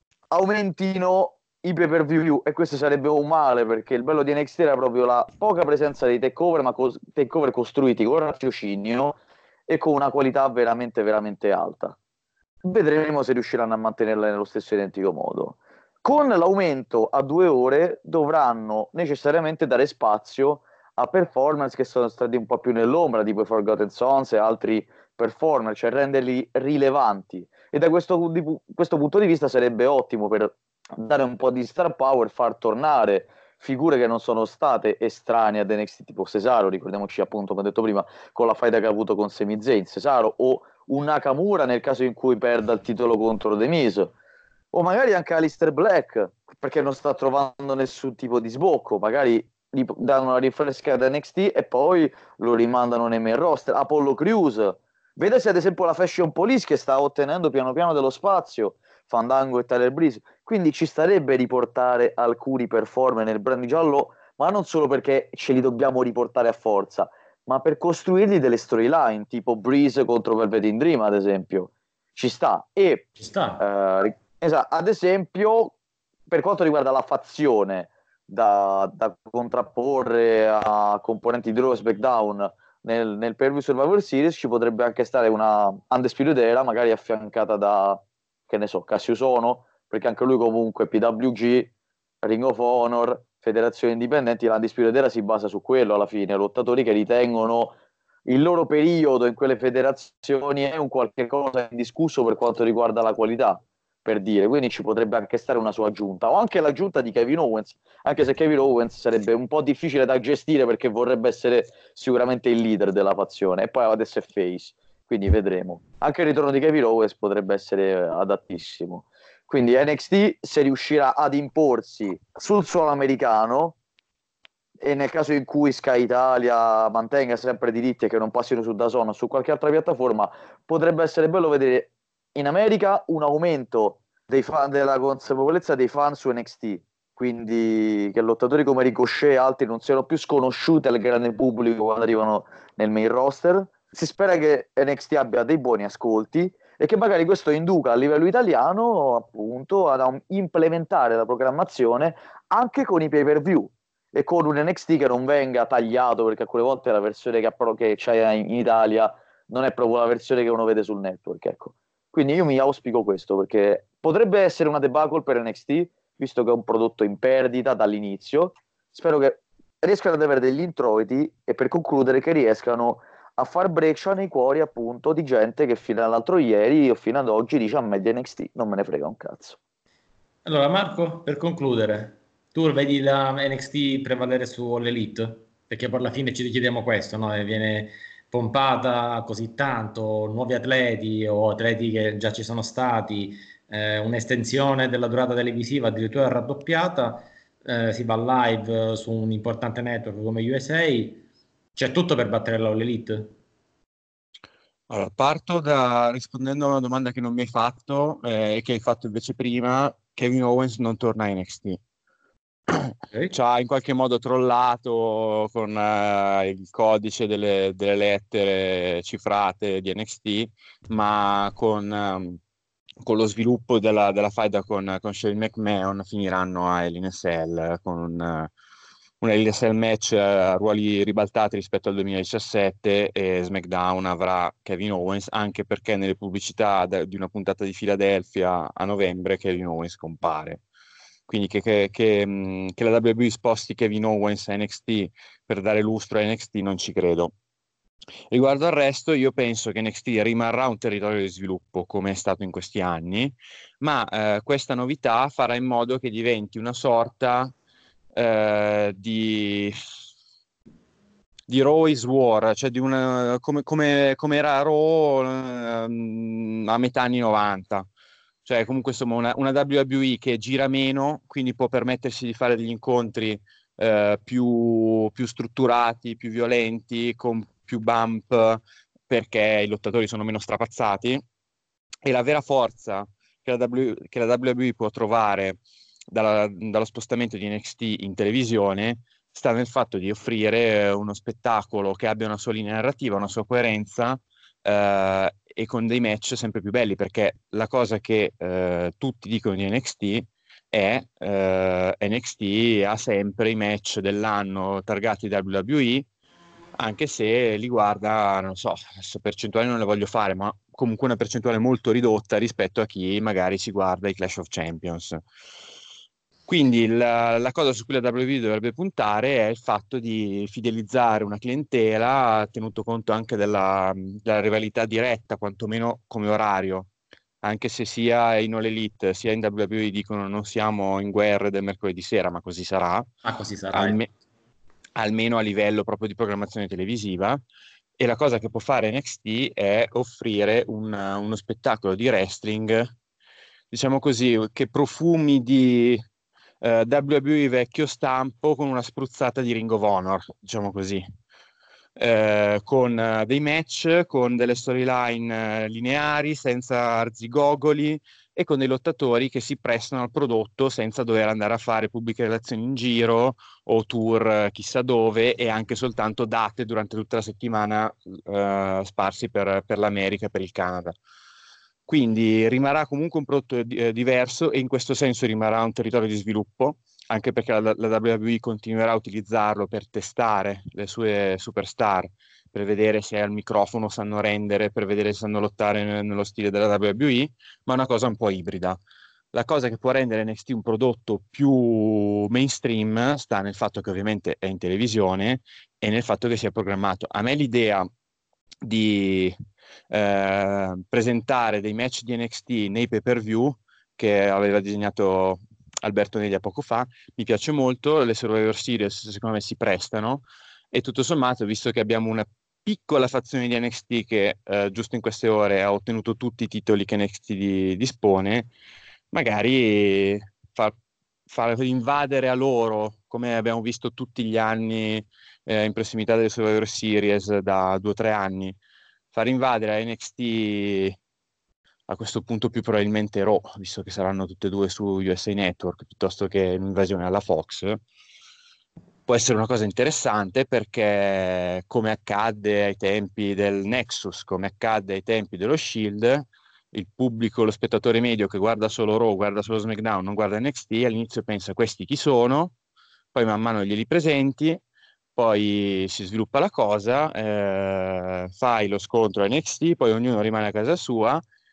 aumentino i pay-per-view, e questo sarebbe un male, perché il bello di NXT era proprio la poca presenza di takeover, ma takeover costruiti con raziocinio e con una qualità veramente veramente alta. Vedremo se riusciranno a mantenerla nello stesso identico modo. Con l'aumento a 2 ore dovranno necessariamente dare spazio a performance che sono stati un po' più nell'ombra, tipo i Forgotten Sons e altri performer, cioè renderli rilevanti. E da questo punto di vista sarebbe ottimo per dare un po' di star power, far tornare figure che non sono state estranee ad NXT, tipo Cesaro, ricordiamoci appunto, come ho detto prima, con la faida che ha avuto con Sami Zayn, Cesaro, o un Nakamura nel caso in cui perda il titolo contro The Miz, o magari anche Aleister Black, perché non sta trovando nessun tipo di sbocco, magari gli danno una rinfrescata NXT e poi lo rimandano nei main roster. Apollo Crews, vedete ad esempio la Fashion Police che sta ottenendo piano piano dello spazio, Fandango e Tyler Breeze, quindi ci starebbe riportare alcuni performer nel brand giallo, ma non solo perché ce li dobbiamo riportare a forza, ma per costruirgli delle storyline, tipo Breeze contro Velvet in Dream, ad esempio. Ci sta. E Ci sta. ad esempio, per quanto riguarda la fazione da contrapporre a componenti di Raw e SmackDown nel pay-per-view Survivor Series, ci potrebbe anche stare una Undisputed Era, magari affiancata da, che ne so, Cassius Ohno, perché anche lui comunque PWG, Ring of Honor, federazioni indipendenti, l'Undisputed Era si basa su quello alla fine, lottatori che ritengono il loro periodo in quelle federazioni è un qualche cosa indiscusso per quanto riguarda la qualità, per dire, quindi ci potrebbe anche stare una sua aggiunta, o anche l'aggiunta di Kevin Owens, anche se Kevin Owens sarebbe un po' difficile da gestire perché vorrebbe essere sicuramente il leader della fazione, e poi adesso è face, quindi vedremo. Anche il ritorno di Kevin Owens potrebbe essere adattissimo. Quindi NXT, se riuscirà ad imporsi sul suolo americano, e nel caso in cui Sky Italia mantenga sempre diritti e che non passino su DAZN o su qualche altra piattaforma, potrebbe essere bello vedere in America un aumento dei fan, della consapevolezza dei fan su NXT, quindi che lottatori come Ricochet e altri non siano più sconosciuti al grande pubblico quando arrivano nel main roster. Si spera che NXT abbia dei buoni ascolti e che magari questo induca a livello italiano appunto ad implementare la programmazione anche con i pay-per-view e con un NXT che non venga tagliato, perché alcune volte la versione che c'è in Italia non è proprio la versione che uno vede sul network, ecco. Quindi io mi auspico questo, perché potrebbe essere una debacle per NXT, visto che è un prodotto in perdita dall'inizio. Spero che riescano ad avere degli introiti e, per concludere, che riescano a far breccia nei cuori, appunto, di gente che fino all'altro ieri o fino ad oggi dice: a me di NXT non me ne frega un cazzo. Allora, Marco, per concludere, tu vedi la NXT prevalere sull'Elite? Perché poi alla fine ci richiediamo questo, no? E viene pompata così tanto, nuovi atleti o atleti che già ci sono stati, un'estensione della durata televisiva addirittura raddoppiata, si va live su un importante network come USA, c'è tutto per battere l'Elite. Allora, parto da rispondendo a una domanda che non mi hai fatto e che hai fatto invece prima. Kevin Owens non torna a NXT. Ok? Ci ha in qualche modo trollato con il codice delle lettere cifrate di NXT, ma con lo sviluppo della faida con Shane McMahon finiranno a Hell in a Cell con un Hell in a Cell match a ruoli ribaltati rispetto al 2017, e SmackDown avrà Kevin Owens, anche perché nelle pubblicità di una puntata di Philadelphia a novembre Kevin Owens compare. Quindi che la WWE sposti Kevin Owens a NXT per dare lustro a NXT non ci credo. Riguardo al resto, io penso che NXT rimarrà un territorio di sviluppo come è stato in questi anni, ma questa novità farà in modo che diventi una sorta di Raw is War, cioè di come era Raw a metà anni 90. Cioè comunque insomma una WWE che gira meno, quindi può permettersi di fare degli incontri più strutturati, più violenti, con più bump, perché i lottatori sono meno strapazzati. E la vera forza che la WWE può trovare dallo spostamento di NXT in televisione sta nel fatto di offrire uno spettacolo che abbia una sua linea narrativa, una sua coerenza, e con dei match sempre più belli, perché la cosa che tutti dicono di NXT è NXT ha sempre i match dell'anno targati WWE, anche se li guarda, non so, adesso percentuali non le voglio fare, ma comunque una percentuale molto ridotta rispetto a chi magari si guarda i Clash of Champions. Quindi la cosa su cui la WWE dovrebbe puntare è il fatto di fidelizzare una clientela, tenuto conto anche della rivalità diretta, quantomeno come orario, anche se sia in All Elite sia in WWE dicono non siamo in guerra del mercoledì sera, ma così sarà, Ah, così sarà. almeno a livello proprio di programmazione televisiva. E la cosa che può fare NXT è offrire uno spettacolo di wrestling, diciamo così, che profumi di WWE vecchio stampo con una spruzzata di Ring of Honor, diciamo così. Con dei match, con delle storyline lineari, senza arzigogoli, e con dei lottatori che si prestano al prodotto senza dover andare a fare pubbliche relazioni in giro o tour chissà dove, e anche soltanto date durante tutta la settimana sparsi per l'America e per il Canada. Quindi rimarrà comunque un prodotto diverso, e in questo senso rimarrà un territorio di sviluppo, anche perché la WWE continuerà a utilizzarlo per testare le sue superstar, per vedere se al microfono sanno rendere, per vedere se sanno lottare nello stile della WWE, ma è una cosa un po' ibrida. La cosa che può rendere NXT un prodotto più mainstream sta nel fatto che ovviamente è in televisione e nel fatto che sia programmato. A me l'idea di presentare dei match di NXT nei pay-per-view che aveva disegnato Alberto Neglia poco fa mi piace molto. Le Survivor Series secondo me si prestano, e tutto sommato, visto che abbiamo una piccola fazione di NXT che giusto in queste ore ha ottenuto tutti i titoli che NXT dispone, magari far invadere a loro, come abbiamo visto tutti gli anni in prossimità delle Survivor Series da 2 o 3 anni, far invadere a NXT a questo punto più probabilmente Raw, visto che saranno tutte e due su USA Network, piuttosto che un'invasione alla Fox, può essere una cosa interessante, perché come accadde ai tempi del Nexus, come accadde ai tempi dello Shield, il pubblico, lo spettatore medio che guarda solo Raw, guarda solo SmackDown, non guarda NXT, all'inizio pensa questi chi sono, poi man mano glieli presenti, poi si sviluppa la cosa, fai lo scontro a NXT, poi ognuno rimane a casa sua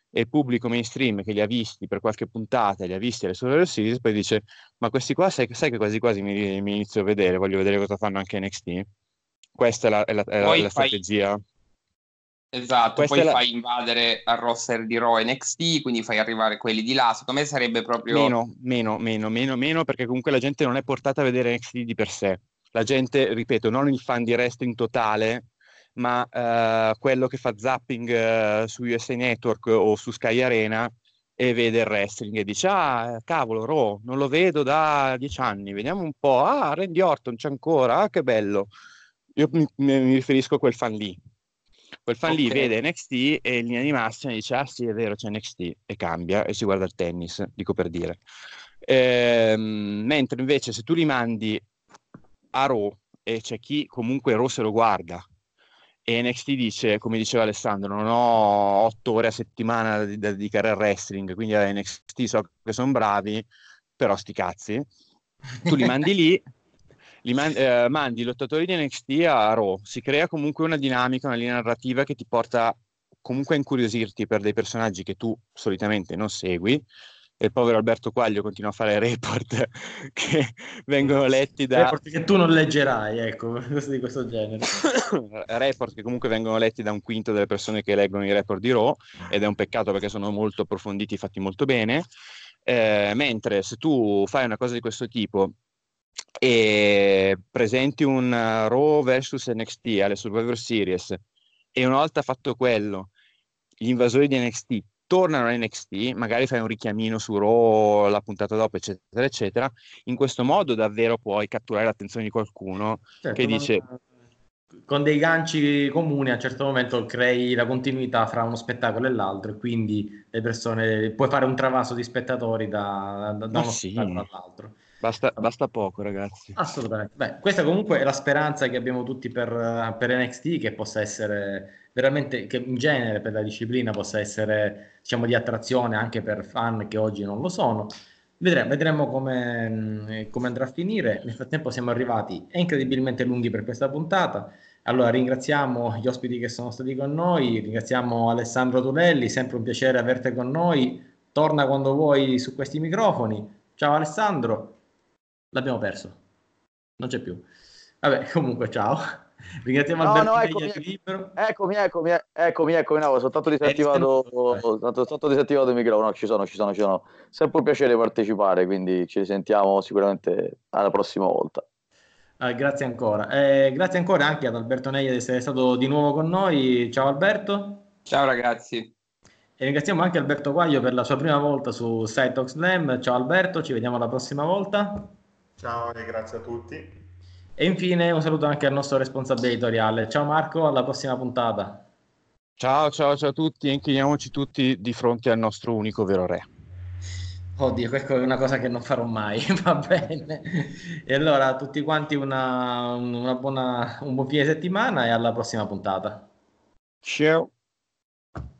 e il pubblico mainstream che li ha visti per qualche puntata, li ha visti alle Survivor Series, poi dice, ma questi qua sai che quasi quasi mi inizio a vedere, voglio vedere cosa fanno anche NXT. Questa è la strategia. Esatto, Questa poi è fai invadere al roster di Raw NXT, quindi fai arrivare quelli di là. Secondo me sarebbe proprio... Meno, perché comunque la gente non è portata a vedere NXT di per sé. La gente, ripeto, non il fan di wrestling totale, ma quello che fa zapping su USA Network o su Sky Arena e vede il wrestling e dice, ah, cavolo, Raw, non lo vedo da 10 anni, vediamo un po', ah, Randy Orton c'è ancora, ah, che bello. Io mi riferisco a quel fan lì. Quel fan lì vede NXT e in linea di massima dice, ah sì, è vero, c'è NXT, e cambia e si guarda il tennis, dico per dire. Mentre invece se tu li mandi a Raw e c'è chi comunque Raw se lo guarda e NXT dice, come diceva Alessandro, non ho 8 ore a settimana da dedicare al wrestling, quindi a NXT so che sono bravi, però sti cazzi, tu li mandi lì, mandi i lottatori di NXT a Raw, si crea comunque una dinamica, una linea narrativa che ti porta comunque a incuriosirti per dei personaggi che tu solitamente non segui, e il povero Alberto Quaglio continua a fare report che vengono letti da... Report che tu non leggerai, ecco, cose di questo genere. report che comunque vengono letti da un quinto delle persone che leggono i report di Raw, ed è un peccato perché sono molto approfonditi, fatti molto bene, mentre se tu fai una cosa di questo tipo e presenti un Raw vs NXT alle Survivor Series e una volta fatto quello gli invasori di NXT tornano a NXT, magari fai un richiamino su Raw la puntata dopo, eccetera eccetera, in questo modo davvero puoi catturare l'attenzione di qualcuno certo, che dice con dei ganci comuni a un certo momento crei la continuità fra uno spettacolo e l'altro, e quindi le persone puoi fare un travaso di spettatori da uno spettacolo all'altro. Basta poco, ragazzi. Assolutamente. Beh, questa comunque è la speranza che abbiamo tutti per NXT, che possa essere veramente, che in genere per la disciplina possa essere, diciamo, di attrazione anche per fan che oggi non lo sono. Vedremo come andrà a finire. Nel frattempo siamo arrivati incredibilmente lunghi per questa puntata. Allora ringraziamo gli ospiti che sono stati con noi, ringraziamo Alessandro Tulelli, sempre un piacere averti con noi. Torna quando vuoi su questi microfoni. Ciao Alessandro. L'abbiamo perso, non c'è più. Vabbè, comunque, ciao. Ringraziamo Alberto Neglia di Libero. Eccomi, no, soltanto disattivato il microfono. No, ci sono. Sempre un piacere partecipare, quindi ci risentiamo sicuramente alla prossima volta. Grazie ancora. Grazie ancora anche ad Alberto Neglia di essere stato di nuovo con noi. Ciao Alberto. Ciao ragazzi. E ringraziamo anche Alberto Quaglio per la sua prima volta su Side Talk Slam. Ciao Alberto, ci vediamo la prossima volta. Ciao e grazie a tutti. E infine un saluto anche al nostro responsabile editoriale. Ciao Marco, alla prossima puntata. Ciao a tutti e inchiniamoci tutti di fronte al nostro unico vero re. Oddio, questa è una cosa che non farò mai, va bene. E allora a tutti quanti un buon fine settimana e alla prossima puntata. Ciao.